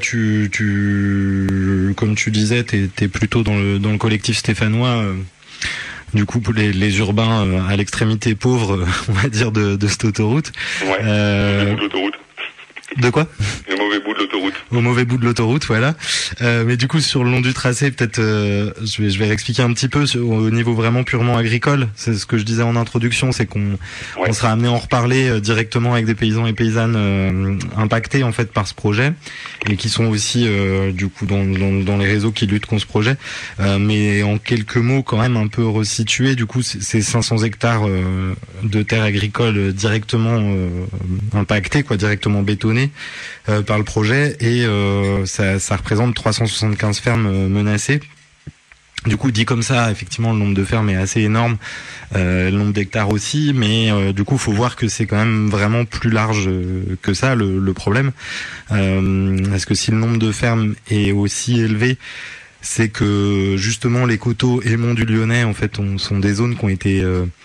comme tu disais, t'es plutôt dans le collectif stéphanois. Du coup, pour les urbains à l'extrémité pauvre, on va dire, de cette autoroute. Ouais. De l'autoroute. De quoi? Le mauvais bout de l'autoroute. Au mauvais bout de l'autoroute, voilà. Mais du coup, sur le long du tracé, peut-être, je vais expliquer un petit peu au niveau vraiment purement agricole. C'est ce que je disais en introduction, c'est qu'on sera amené à en reparler directement avec des paysans et paysannes impactés en fait par ce projet et qui sont aussi du coup dans les réseaux qui luttent contre ce projet. Mais en quelques mots, quand même un peu resitué. Du coup, c'est 500 hectares de terres agricoles directement impactés, quoi, directement bétonnés par le projet, et ça représente 375 fermes menacées. Du coup, dit comme ça, effectivement, le nombre de fermes est assez énorme, le nombre d'hectares aussi, mais du coup, faut voir que c'est quand même vraiment plus large que ça, le problème. Parce que si le nombre de fermes est aussi élevé, c'est que justement les coteaux et monts du Lyonnais, en fait, sont des zones qui ont été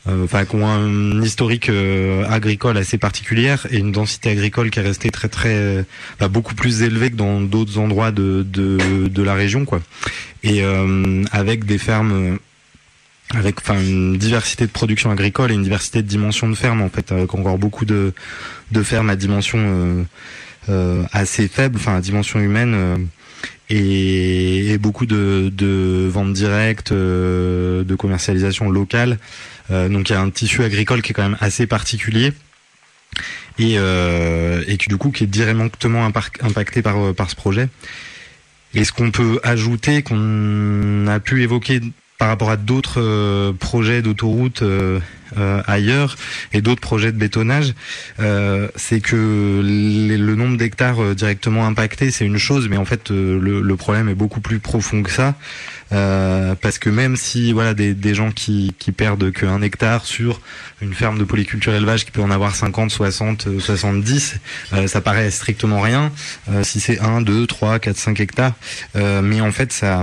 qui ont un historique agricole assez particulière et une densité agricole qui est restée très beaucoup plus élevée que dans d'autres endroits de la région, quoi. Et avec des fermes avec une diversité de production agricole et une diversité de dimensions de fermes, en fait, avec encore beaucoup de fermes à dimension assez faible, à dimension humaine, et beaucoup de ventes directes, de commercialisation locale. Donc il y a un tissu agricole qui est quand même assez particulier et qui du coup qui est directement impacté par ce projet. Et ce qu'on peut ajouter, qu'on a pu évoquer par rapport à d'autres projets d'autoroutes ailleurs et d'autres projets de bétonnage, c'est que le nombre d'hectares directement impactés, c'est une chose, mais en fait le problème est beaucoup plus profond que ça, parce que même si des gens qui perdent qu'un hectare sur une ferme de polyculture élevage qui peut en avoir 50, 60, 70, ça paraît strictement rien si c'est 1, 2, 3, 4, 5 hectares, mais en fait ça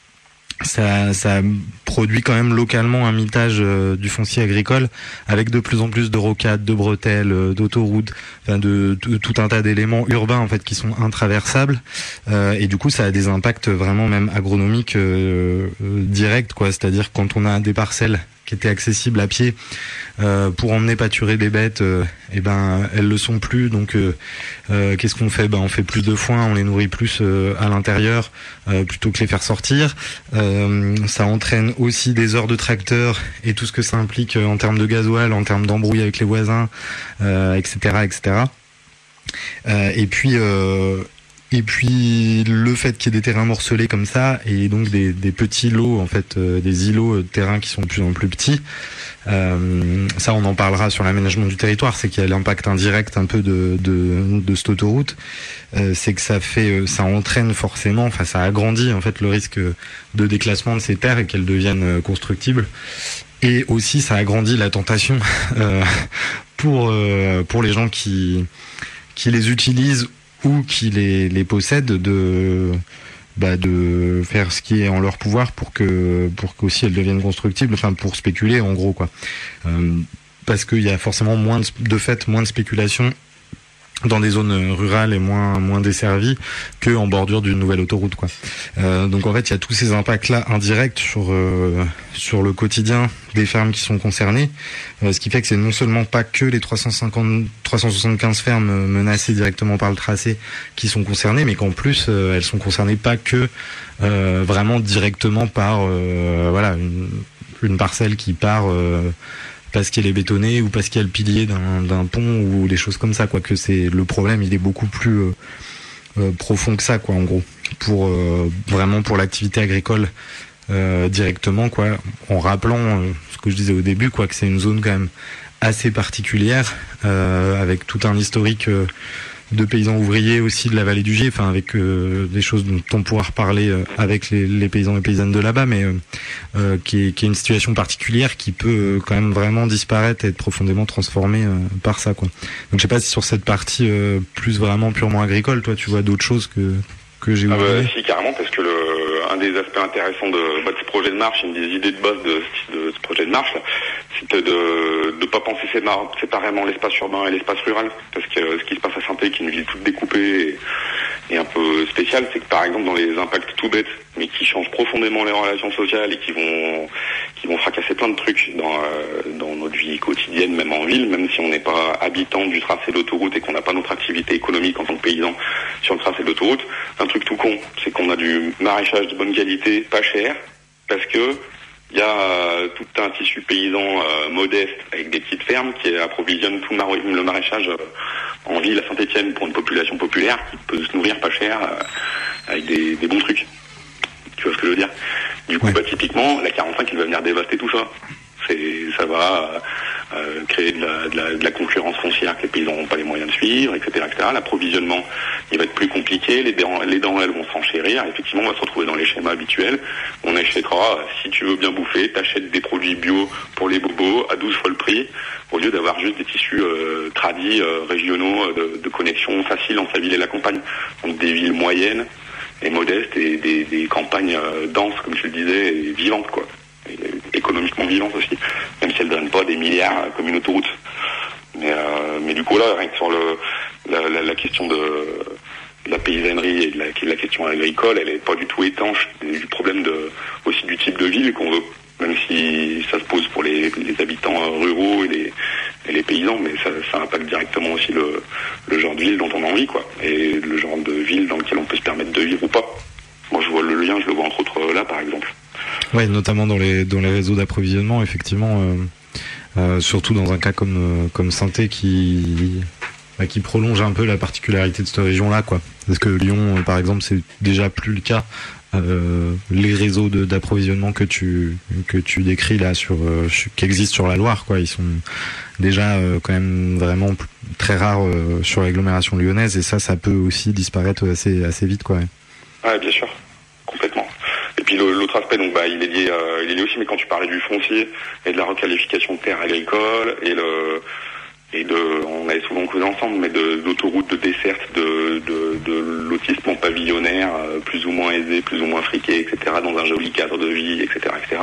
produit quand même localement un mitage du foncier agricole avec de plus en plus de rocades, de bretelles, d'autoroutes, de tout un tas d'éléments urbains en fait qui sont intraversables, et du coup ça a des impacts vraiment même agronomiques directs, quoi. C'est-à-dire quand on a des parcelles qui étaient accessibles à pied pour emmener pâturer des bêtes, elles le sont plus. Donc qu'est-ce qu'on fait ? On fait plus de foin, on les nourrit plus à l'intérieur plutôt que les faire sortir. Ça entraîne aussi des heures de tracteur et tout ce que ça implique en termes de gasoil, en termes d'embrouille avec les voisins, etc., etc. Et puis le fait qu'il y ait des terrains morcelés comme ça et donc des petits lots, en fait, des îlots de terrain qui sont de plus en plus petits, ça on en parlera sur l'aménagement du territoire, c'est qu'il y a l'impact indirect un peu de cette autoroute, c'est que ça entraîne forcément, ça agrandit en fait le risque de déclassement de ces terres et qu'elles deviennent constructibles. Et aussi ça agrandit la tentation pour les gens qui les utilisent ou qui les possèdent de faire ce qui est en leur pouvoir pour qu'aussi elles deviennent constructibles, pour spéculer en gros, quoi. Parce qu'il y a forcément moins de spéculation dans des zones rurales et moins desservies que en bordure d'une nouvelle autoroute, quoi. Donc en fait il y a tous ces impacts là indirects sur le quotidien des fermes qui sont concernées, ce qui fait que c'est non seulement pas que les 375 fermes menacées directement par le tracé qui sont concernées, mais qu'en plus elles sont concernées pas que vraiment directement par une parcelle qui part parce qu'elle est bétonnée ou parce qu'il y a le pilier d'un pont ou des choses comme ça, quoi. Que le problème, il est beaucoup plus profond que ça, quoi, en gros, pour l'activité agricole directement, quoi, en rappelant ce que je disais au début, quoi, que c'est une zone quand même assez particulière, avec tout un historique de paysans ouvriers aussi de la vallée du Gier, avec des choses dont on pourra reparler avec les paysans et paysannes de là-bas, mais qui est une situation particulière qui peut quand même vraiment disparaître et être profondément transformée par ça, quoi. Donc je sais pas si sur cette partie plus vraiment purement agricole, toi tu vois d'autres choses que j'ai oubliées. Si, carrément, parce que un des aspects intéressants de ce projet de marche, une des idées de base de ce projet de marche, c'était de pas penser séparément l'espace urbain et l'espace rural, parce que ce qui se passe à Saint-Thé, qui est une ville toute découpée et un peu spéciale, c'est que par exemple dans les impacts tout bêtes, mais qui changent profondément les relations sociales et qui vont fracasser plein de trucs dans notre vie quotidienne, même en ville, même si on n'est pas habitant du tracé d'autoroute et qu'on n'a pas notre activité économique en tant que paysan sur le tracé d'autoroute. Un truc tout con, c'est qu'on a du maraîchage de bonne qualité, pas cher, parce que il y a tout un tissu paysan modeste avec des petites fermes qui approvisionnent tout le maraîchage en ville à Saint-Étienne pour une population populaire qui peut se nourrir pas cher avec des bons trucs. Tu vois ce que je veux dire ? Du coup, typiquement, la 45, elle va venir dévaster tout ça. Ça va créer de la concurrence foncière que les paysans n'ont pas les moyens de suivre, etc., etc. L'approvisionnement, il va être plus compliqué, les denrées, elles vont s'enchérir. Effectivement, on va se retrouver dans les schémas habituels. On achètera, si tu veux bien bouffer, t'achètes des produits bio pour les bobos à 12 fois le prix, au lieu d'avoir juste des tissus tradis, régionaux, de connexion facile entre la ville et la campagne. Donc des villes moyennes et modestes et des campagnes denses, comme je le disais, et vivantes, quoi. économiquement vivantes aussi, même si elles donnent pas des milliards comme une autoroute. Mais du coup là, rien que sur la question de la paysannerie et la question agricole, elle est pas du tout étanche du problème aussi du type de ville qu'on veut, même si ça se pose pour les habitants ruraux et les paysans, mais ça impacte directement aussi le genre de ville dont on a envie, quoi, et le genre de ville dans lequel on peut se permettre de vivre ou pas. Moi je vois le lien, je le vois entre autres là par exemple. Ouais, notamment dans les réseaux d'approvisionnement, effectivement, surtout dans un cas comme Saint-Thé qui prolonge un peu la particularité de cette région-là, quoi. Parce que Lyon, par exemple, c'est déjà plus le cas. Les réseaux d'approvisionnement que tu décris là qui existent sur la Loire, quoi, ils sont déjà quand même vraiment très rares sur l'agglomération lyonnaise, et ça peut aussi disparaître assez vite, quoi. Ouais, bien sûr, complètement. Et puis l'autre aspect, donc il est lié aussi, mais quand tu parlais du foncier et de la requalification de terres agricoles on avait souvent causé ensemble, mais d'autoroutes, de dessertes, de lotissement pavillonnaire, plus ou moins aisé, plus ou moins friqué, etc., dans un joli cadre de vie, etc., etc.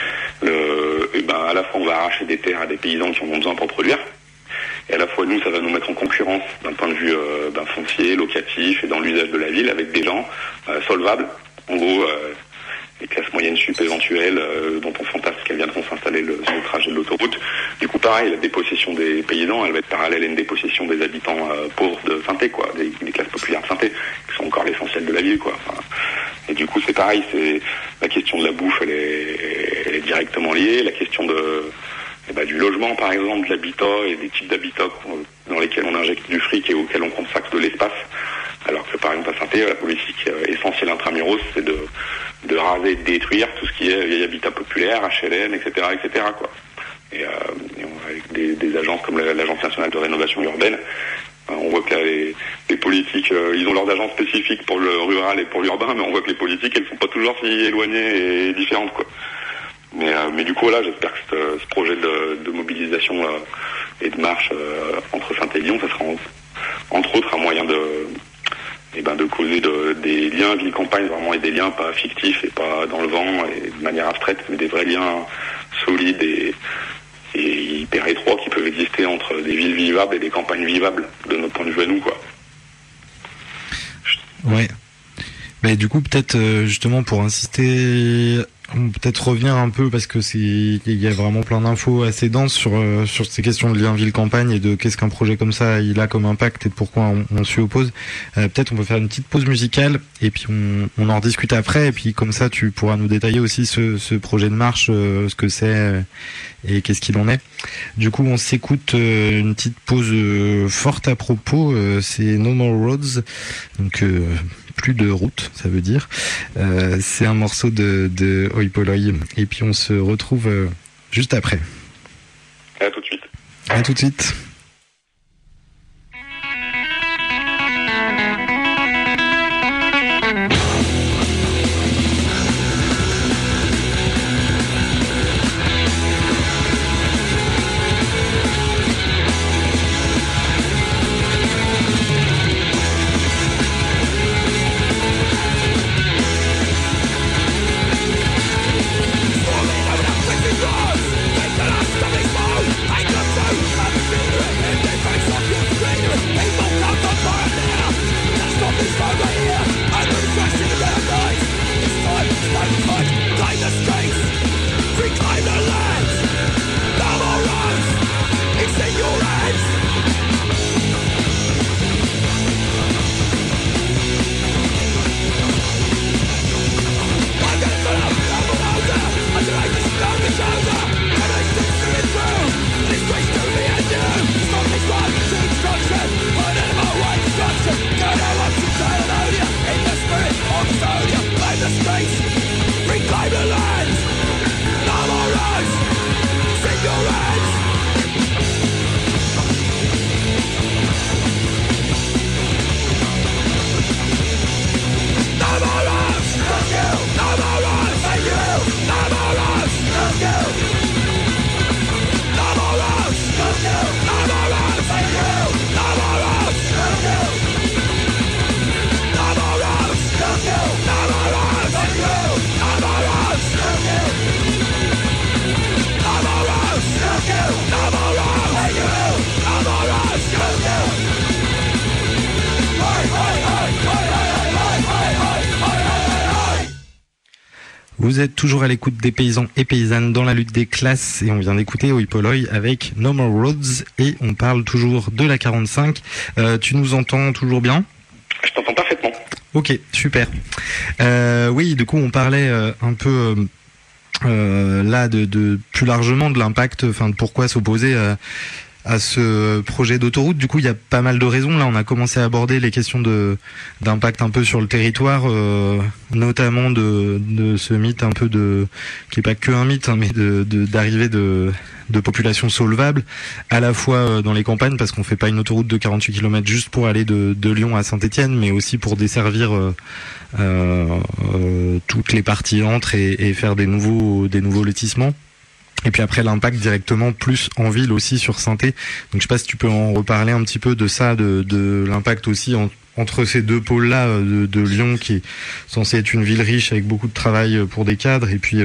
À la fois on va arracher des terres à des paysans qui en ont besoin pour produire, et à la fois nous ça va nous mettre en concurrence d'un point de vue foncier, locatif et dans l'usage de la ville avec des gens solvables, en gros les classes moyennes sup éventuelles dont on fantasme qu'elles viendront s'installer sur le trajet de l'autoroute. Du coup pareil, la dépossession des paysans elle va être parallèle à une dépossession des habitants pauvres de Saint-Thé, quoi, des classes populaires de Saint-Thé, qui sont encore l'essentiel de la ville, quoi. Enfin, et du coup c'est pareil, c'est la question de la bouffe elle est directement liée, la question du logement par exemple, de l'habitat et des types d'habitats dans lesquels on injecte du fric et auxquels on consacre de l'espace, alors que par exemple à Saint-Thé la politique essentielle intramuros c'est de raser et de détruire tout ce qui est vieil habitat populaire, HLM, etc., quoi. Et avec des agences comme l'Agence nationale de rénovation urbaine, on voit que là, les politiques, ils ont leurs agences spécifiques pour le rural et pour l'urbain, mais on voit que les politiques, elles sont pas toujours si éloignées et différentes, quoi. Mais du coup, là, j'espère que ce projet de mobilisation et de marche entre Saint-Thé et Lyon, ça sera entre autres un moyen de causer des liens ville-campagne vraiment, et des liens pas fictifs et pas dans le vent et de manière abstraite, mais des vrais liens solides et hyper étroits qui peuvent exister entre des villes vivables et des campagnes vivables de notre point de vue à nous, quoi. Ouais. Mais du coup, peut-être justement pour insister, peut-être revenir un peu, parce que il y a vraiment plein d'infos assez denses sur ces questions de lien ville-campagne et de qu'est-ce qu'un projet comme ça il a comme impact et pourquoi on s'y oppose. Peut-être on peut faire une petite pause musicale et puis on en rediscute après, et puis comme ça tu pourras nous détailler aussi ce projet de marche, ce que c'est et qu'est-ce qu'il en est. Du coup on s'écoute une petite pause forte à propos, c'est No More Roads, donc plus de route, ça veut dire. C'est un morceau de Oi Polloi, et puis on se retrouve juste après. À tout de suite. À tout de suite. I come to Vous êtes toujours à l'écoute des paysans et paysannes dans la lutte des classes et on vient d'écouter Oi Polloi avec No More Roads et on parle toujours de la 45. Tu nous entends toujours bien ? Je t'entends parfaitement. Ok, super. Oui, du coup on parlait un peu là de plus largement de l'impact, enfin de pourquoi s'opposer à ce projet d'autoroute. Du coup, il y a pas mal de raisons. Là, on a commencé à aborder les questions d'impact un peu sur le territoire, notamment de ce mythe un peu qui est pas que un mythe, hein, mais d'arrivée de populations solvables, à la fois dans les campagnes, parce qu'on fait pas une autoroute de 48 km juste pour aller de Lyon à Saint-Étienne, mais aussi pour desservir toutes les parties entre et faire des nouveaux lotissements. Et puis après l'impact directement plus en ville aussi sur Saint-Étienne. Donc je sais pas si tu peux en reparler un petit peu de ça, de l'impact aussi entre ces deux pôles-là de Lyon qui est censé être une ville riche avec beaucoup de travail pour des cadres et puis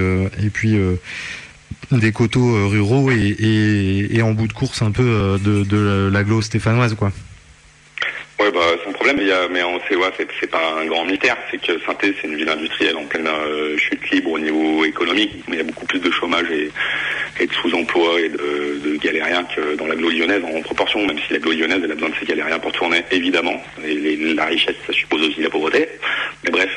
des coteaux ruraux et en bout de course un peu de l'agglo stéphanoise quoi. Ouais, sans problème, c'est pas un grand mystère, c'est que Saint-Étienne, c'est une ville industrielle en pleine chute libre au niveau économique, mais il y a beaucoup plus de chômage et de sous-emploi et de galériens que dans l'agglo lyonnaise en proportion, même si l'agglo lyonnaise, elle a besoin de ces galériens pour tourner, évidemment. La richesse, ça suppose aussi la pauvreté. Mais bref,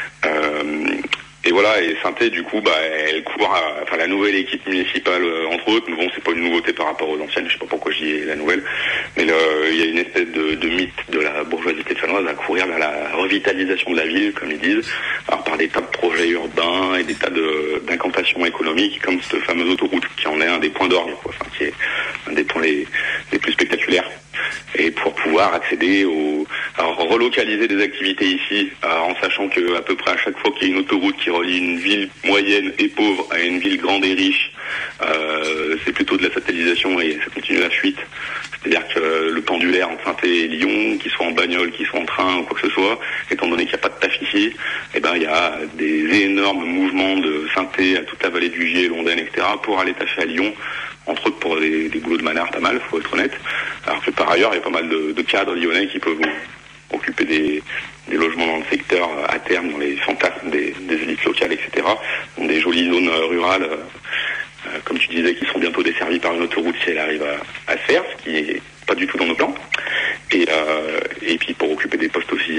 et voilà, et Saint-Étienne, du coup, elle court la nouvelle équipe municipale, entre autres, mais bon, c'est pas une nouveauté par rapport aux anciennes, je sais pas pourquoi j'y ai la nouvelle, mais il y a une espèce de mythe de la bourgeoisie stéphanoise à courir vers la revitalisation de la ville, comme ils disent, alors par des tas de projets urbains et des tas d'incantations économiques, comme cette fameuse autoroute, qui en est un des points d'orgue, quoi, enfin, qui est un des points les plus spectaculaires. Et pour pouvoir accéder alors relocaliser des activités ici, en sachant que à peu près à chaque fois qu'il y a une autoroute qui relie une ville moyenne et pauvre à une ville grande et riche, c'est plutôt de la satellisation et ça continue la fuite. C'est-à-dire que le pendulaire entre Saint-Étienne et Lyon, qu'il soit en bagnole, qu'il soit en train ou quoi que ce soit, étant donné qu'il n'y a pas de taf ici, il y a des énormes mouvements de Saint-Étienne à toute la vallée du Gier, Londaine, etc. pour aller taffer à Lyon. Entre autres pour des boulots de manard, pas mal, faut être honnête. Alors que par ailleurs, il y a pas mal de cadres lyonnais qui peuvent occuper des logements dans le secteur à terme, dans les fantasmes des élites locales, etc. Dans des jolies zones rurales, comme tu disais, qui seront bientôt desservies par une autoroute si elle arrive à se faire, ce qui est pas du tout dans nos plans. Et puis pour occuper des postes aussi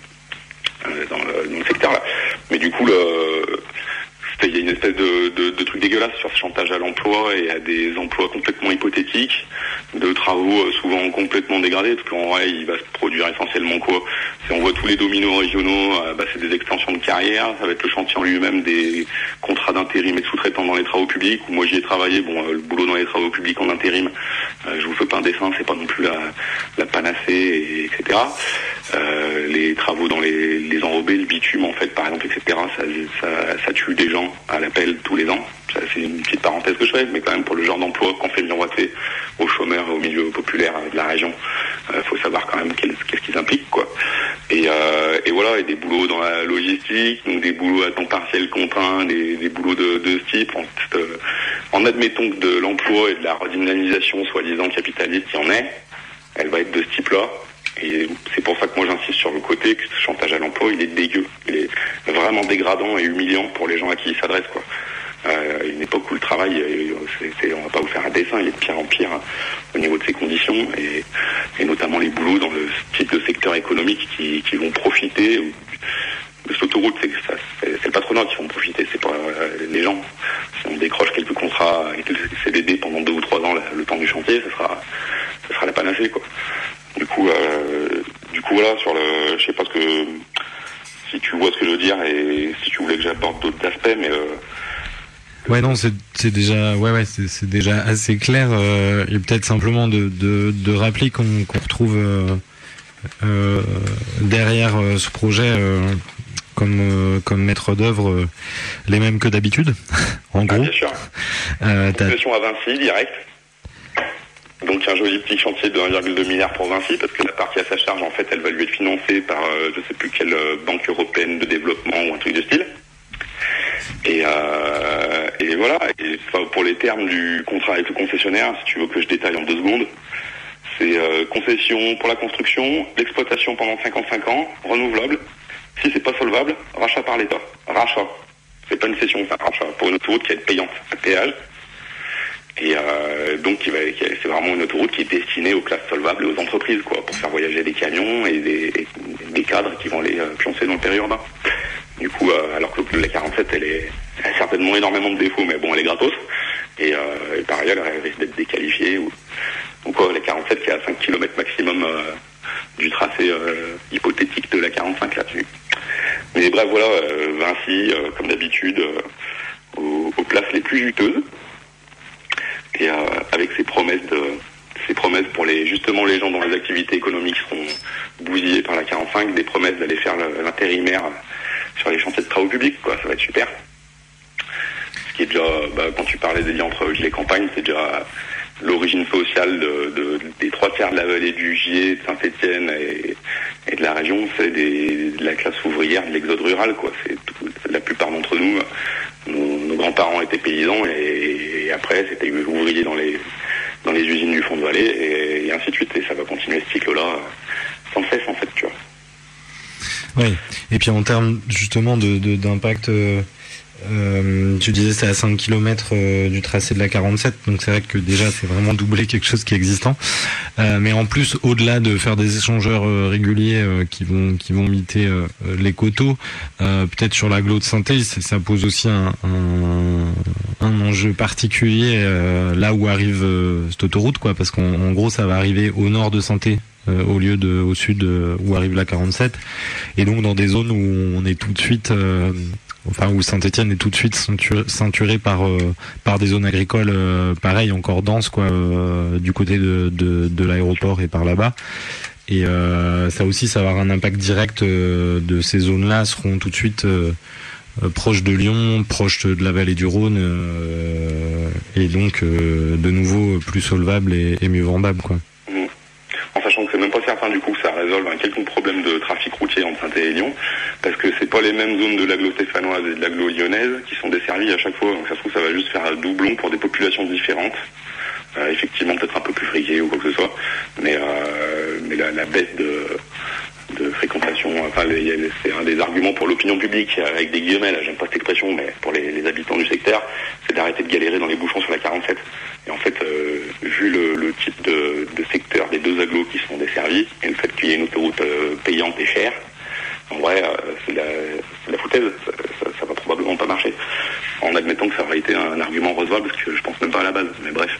dans le secteur là. Mais du coup, il y a une espèce de truc dégueulasse sur ce chantage à l'emploi et à des emplois complètement hypothétiques, de travaux souvent complètement dégradés, parce qu'en vrai, il va se produire essentiellement quoi ? Si on voit tous les dominos régionaux, c'est des extensions de carrière, ça va être le chantier en lui-même, des contrats d'intérim et de sous-traitants dans les travaux publics, où moi j'y ai travaillé, le boulot dans les travaux publics en intérim, je vous fais pas un dessin, c'est pas non plus la panacée, etc. Les travaux dans les enrobés, le bitume en fait, par exemple, etc., ça tue des gens à l'appel tous les ans. Ça, c'est une petite parenthèse que je fais, mais quand même pour le genre d'emploi qu'on fait miroiter aux chômeurs et au milieu populaire de la région, faut savoir quand même qu'est-ce qu'ils impliquent, quoi. Et voilà, et des boulots dans la logistique, donc des boulots à temps partiel contraint, des boulots de ce type, en admettant que de l'emploi et de la redynamisation soi-disant capitaliste il y en est, elle va être de ce type-là. Et c'est pour ça que moi j'insiste sur le côté que ce chantage à l'emploi, il est dégueu. Il est vraiment dégradant et humiliant pour les gens à qui il s'adresse, quoi. Une époque où le travail, on va pas vous faire un dessin, il est de pire en pire au niveau de ses conditions et notamment les boulots dans le type de secteur économique qui vont profiter de cette autoroute. C'est le patronat qui vont profiter, c'est pas les gens. Si on décroche quelques contrats et quelques CDD pendant 2 ou 3 ans, le temps du chantier, ça sera la panacée, quoi. Du coup voilà, je sais pas si tu vois ce que je veux dire et si tu voulais que j'aborde d'autres aspects, mais ouais, non, c'est déjà, c'est déjà assez clair, et peut-être simplement de rappeler qu'on retrouve derrière ce projet comme maître d'œuvre les mêmes que d'habitude, en gros. Bien sûr. Concession à Vinci direct. Donc un joli petit chantier de 1,2 milliard pour Vinci, parce que la partie à sa charge, en fait, elle va lui être financée par je sais plus quelle banque européenne de développement ou un truc de style. Et voilà. Et pour les termes du contrat avec le concessionnaire, si tu veux que je détaille en 2 secondes, c'est concession pour la construction, l'exploitation pendant 55 ans, renouvelable. Si c'est pas solvable, rachat par l'État. Rachat. C'est pas une cession, c'est un rachat pour une autoroute qui va être payante à péage. Et donc c'est vraiment une autoroute qui est destinée aux classes solvables et aux entreprises, quoi, pour faire voyager des camions et des cadres qui vont aller pioncer dans le périurbain. Du coup, alors que la 47, elle a certainement énormément de défauts, mais bon, elle est gratos. Et par ailleurs, elle risque d'être déqualifiée. Ou quoi, la 47 qui est à 5 km maximum du tracé hypothétique de la 45 là-dessus. Mais bref, voilà, Vinci, comme d'habitude, aux places les plus juteuses. Et avec ces promesses pour justement les gens dont les activités économiques seront bousillées par la 45, des promesses d'aller faire l'intérimaire sur les chantiers de travaux publics, quoi, ça va être super. Ce qui est déjà, quand tu parlais des liens entre Gilet et campagne, c'est déjà l'origine sociale des 3/4 de la vallée du Gier, de Saint-Étienne et de la région, c'est de la classe ouvrière, de l'exode rural, quoi. La plupart d'entre nous, nos grands-parents étaient paysans et après c'était ouvriers dans les usines du fond de vallée et ainsi de suite. Et ça va continuer ce cycle-là sans cesse, en fait, tu vois. Oui. Et puis en termes justement d'impact, tu disais c'est à 5 km du tracé de la 47, donc c'est vrai que déjà c'est vraiment doubler quelque chose qui est existant. Mais en plus, au-delà de faire des échangeurs réguliers qui vont imiter les coteaux, peut-être sur l'agglo de Saint-Étienne, ça pose aussi un enjeu particulier là où arrive cette autoroute, quoi, parce qu'en gros ça va arriver au nord de Saint-Étienne. Au lieu au sud où arrive la 47, et donc dans des zones où on est tout de suite où Saint-Étienne est tout de suite ceinturé par des zones agricoles pareil, encore denses, quoi, du côté de l'aéroport et par là-bas. Et ça aussi, ça va avoir un impact direct de ces zones-là, seront tout de suite proches de Lyon, proches de la vallée du Rhône, et donc de nouveau plus solvables et mieux vendables, quoi. En sachant que c'est même pas certain du coup que ça résolve un quelconque problème de trafic routier entre Saint-Étienne et Lyon, parce que c'est pas les mêmes zones de l'agglo stéphanoise et de l'agglo lyonnaise qui sont desservies à chaque fois, donc ça se trouve ça va juste faire un doublon pour des populations différentes, effectivement peut-être un peu plus friquées ou quoi que ce soit, mais la baisse de fréquentation, c'est un des arguments pour l'opinion publique, avec des guillemets, là j'aime pas cette expression, mais pour les habitants du secteur, c'est d'arrêter de galérer dans les bouchons sur la 47. Et en fait, vu le type de secteur des deux agglos qui sont desservis, et le fait qu'il y ait une autoroute payante et chère, en vrai, c'est de la foutaise, ça va probablement pas marcher. En admettant que ça aurait été un argument recevable, parce que je pense même pas à la base, mais bref.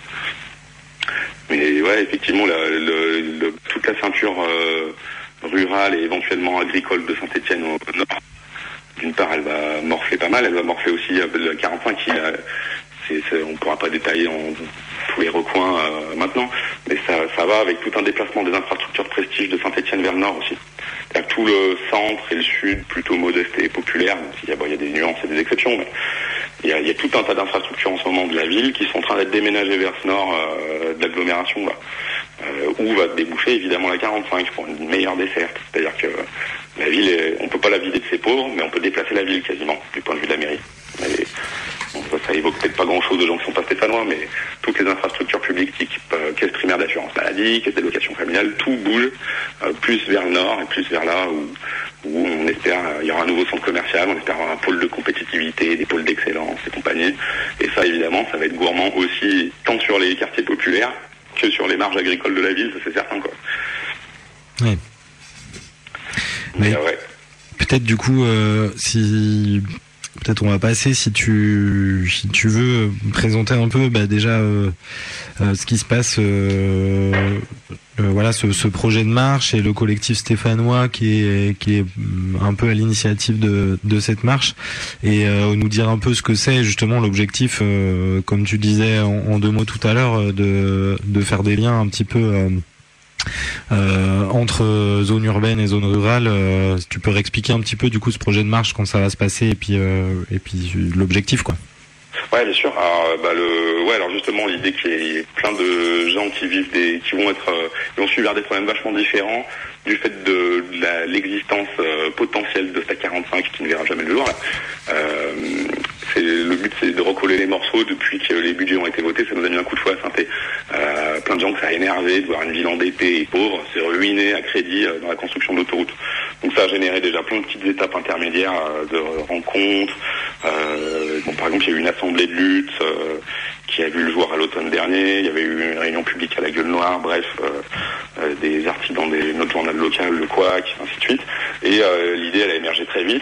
Mais ouais, effectivement, toute la ceinture rurale et éventuellement agricole de Saint-Étienne au nord, d'une part, elle va morfler pas mal, elle va morfler aussi la 45 on ne pourra pas détailler en tous les recoins maintenant, mais ça va avec tout un déplacement des infrastructures de prestige de Saint-Étienne vers le nord aussi. C'est-à-dire que tout le centre et le sud, plutôt modeste et populaire, même s'il y a des nuances et des exceptions, mais il y a tout un tas d'infrastructures en ce moment de la ville qui sont en train d'être déménagées vers ce nord de l'agglomération, où va déboucher évidemment la 45 pour une meilleure desserte. C'est-à-dire que la ville, on peut pas la vider de ses pauvres, mais on peut déplacer la ville quasiment, du point de vue de la mairie. Ça évoque peut-être pas grand-chose de gens qui sont pas stéphanois, mais toutes les infrastructures publiques, caisse primaire d'assurance maladie, caisse d'allocation familiale, tout bouge plus vers le nord et plus vers là où on espère il y aura un nouveau centre commercial, on espère avoir un pôle de compétitivité, des pôles d'excellence et compagnie. Et ça, évidemment, ça va être gourmand aussi, tant sur les quartiers populaires que sur les marges agricoles de la ville, ça c'est certain, quoi. Oui. Mais ouais. Peut-être du coup, peut-être on va passer, si tu veux présenter un peu déjà ce qui se passe, voilà, ce projet de marche et le collectif stéphanois qui est un peu à l'initiative de cette marche, et nous dire un peu ce que c'est justement l'objectif, comme tu disais en deux mots tout à l'heure, de faire des liens un petit peu entre zone urbaine et zone rurale. Si tu peux réexpliquer un petit peu du coup ce projet de marche, quand ça va se passer, et puis l'objectif, quoi. Ouais, bien sûr. Alors justement, l'idée qu'il y ait plein de gens qui vont suivre vers des problèmes vachement différents du fait de l'existence potentielle de cette 45 qui ne verra jamais le jour. Le but, c'est de recoller les morceaux. Depuis que les budgets ont été votés, ça nous a mis un coup de fouet à Saint-Étienne. Plein de gens que ça a énervé de voir une ville endettée et pauvre se ruiner à crédit dans la construction de l'autoroute. Donc ça a généré déjà plein de petites étapes intermédiaires de rencontres. Par exemple, il y a eu une assemblée de lutte qui a vu le jour à l'automne dernier. Il y avait eu une réunion publique à la Gueule Noire, bref, des articles dans notre journal local, le Couac, ainsi de suite. Et l'idée, elle a émergé très vite,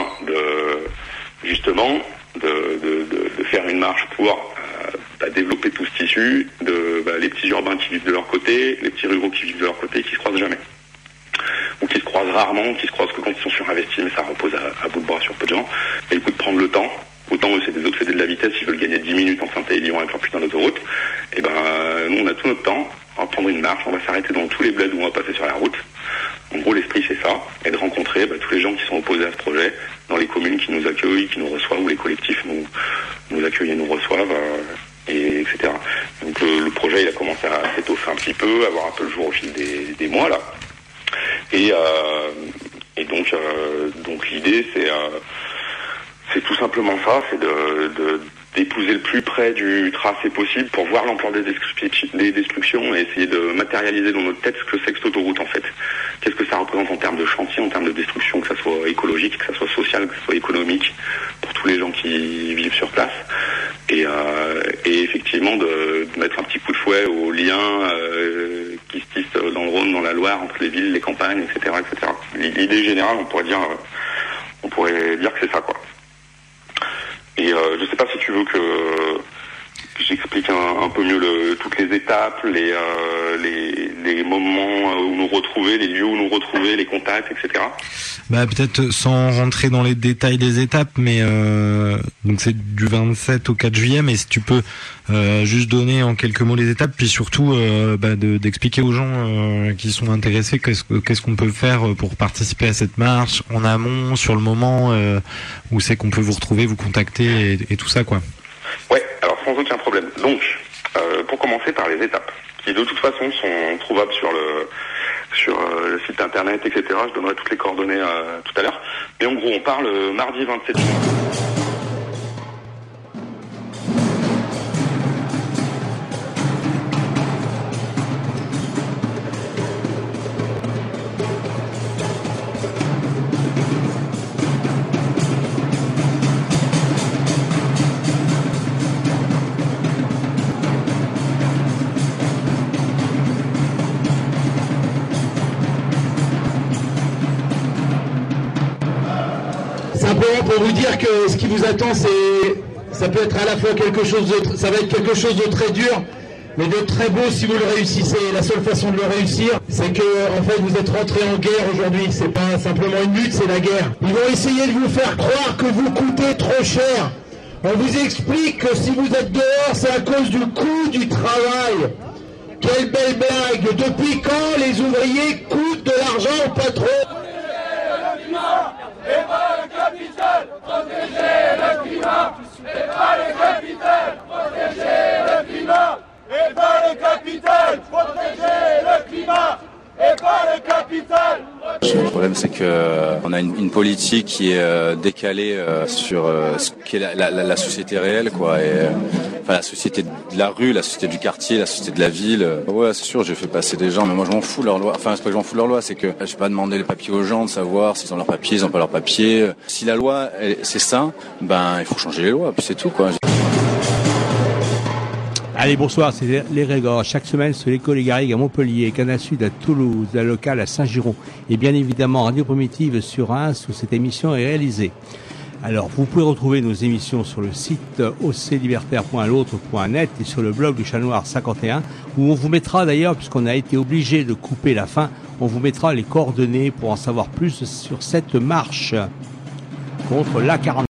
de faire une marche pour développer tout ce tissu, les petits urbains qui vivent de leur côté, les petits ruraux qui vivent de leur côté, qui se croisent jamais. Ou qui se croisent rarement, qui se croisent que quand ils sont surinvestis, mais ça repose à bout de bras sur peu de gens. Et le coup de prendre le temps, autant eux c'est des obsédés de la vitesse, ils veulent gagner 10 minutes en Saint-Élion avec leur putain d'autoroute, et nous on a tout notre temps, on va prendre une marche, on va s'arrêter dans tous les bleds où on va passer sur la route. En gros l'esprit c'est ça, et de rencontrer tous les gens qui sont opposés à ce projet, dans les communes qui nous accueillent, qui nous reçoivent, ou les collectifs nous accueillent et nous reçoivent, et etc. Donc le projet il a commencé à s'étoffer un petit peu, à voir un peu le jour au fil des mois là. Et donc l'idée c'est tout simplement ça, c'est d'épouser le plus près du tracé possible pour voir l'ampleur des destructions et essayer de matérialiser dans notre tête ce que c'est que cette autoroute en fait. Qu'est-ce que ça représente en termes de chantier, en termes de destruction, que ça soit écologique, que ça soit social, que ça soit économique pour tous les gens qui vivent sur place. Et effectivement de mettre un petit coup de fouet aux liens qui se tissent dans le Rhône, dans la Loire, entre les villes, les campagnes, etc. etc. L'idée générale, on pourrait dire que c'est ça, quoi. Et je sais pas si tu veux que j'explique un peu mieux toutes les étapes, les moments où nous retrouver, les lieux où nous retrouver, les contacts, etc. Peut-être sans rentrer dans les détails des étapes, mais donc c'est du 27 au 4 juillet, mais si tu peux juste donner en quelques mots les étapes, puis surtout d'expliquer aux gens qui sont intéressés qu'est-ce qu'on peut faire pour participer à cette marche en amont, sur le moment, où c'est qu'on peut vous retrouver, vous contacter et tout ça, quoi. Ouais, alors sans aucun problème. Donc, pour commencer par les étapes, qui de toute façon sont trouvables sur le site internet, etc. Je donnerai toutes les coordonnées tout à l'heure. Mais en gros, on parle mardi 27 juin. Simplement pour vous dire que ce qui vous attend, ça peut être à la fois ça va être quelque chose de très dur, mais de très beau si vous le réussissez. La seule façon de le réussir, c'est que en fait vous êtes rentrés en guerre aujourd'hui. C'est pas simplement une lutte, c'est la guerre. Ils vont essayer de vous faire croire que vous coûtez trop cher. On vous explique que si vous êtes dehors, c'est à cause du coût du travail. Quelle belle blague! Depuis quand les ouvriers coûtent de l'argent au patron? Et pas le capital, protéger le climat. Et pas le capital, protéger le climat. Et pas le capital, protéger le climat. Et pas le capital. Le problème, c'est que on a une politique qui est décalée sur ce qu'est la société réelle, quoi. Et la société de la rue, la société du quartier, la société de la ville. Ouais, c'est sûr, j'ai fait passer des gens, mais moi je m'en fous de leur loi. Enfin, c'est pas que je m'en fous de leur loi, c'est que je vais pas demander les papiers aux gens de savoir s'ils ont leurs papiers, ils ont pas leurs papiers. Si la loi, c'est ça, il faut changer les lois, puis c'est tout, quoi. Allez, bonsoir, c'est les Régors. Chaque semaine, sur l'écho Les Garrigues à Montpellier, Canal Sud à Toulouse, la locale à Saint-Giron, et bien évidemment Radio Primitive sur Reims, où cette émission est réalisée. Alors, vous pouvez retrouver nos émissions sur le site oclibertaire.l'autre.net et sur le blog du Chat Noir 51, où on vous mettra d'ailleurs, puisqu'on a été obligé de couper la fin, on vous mettra les coordonnées pour en savoir plus sur cette marche contre l'A40.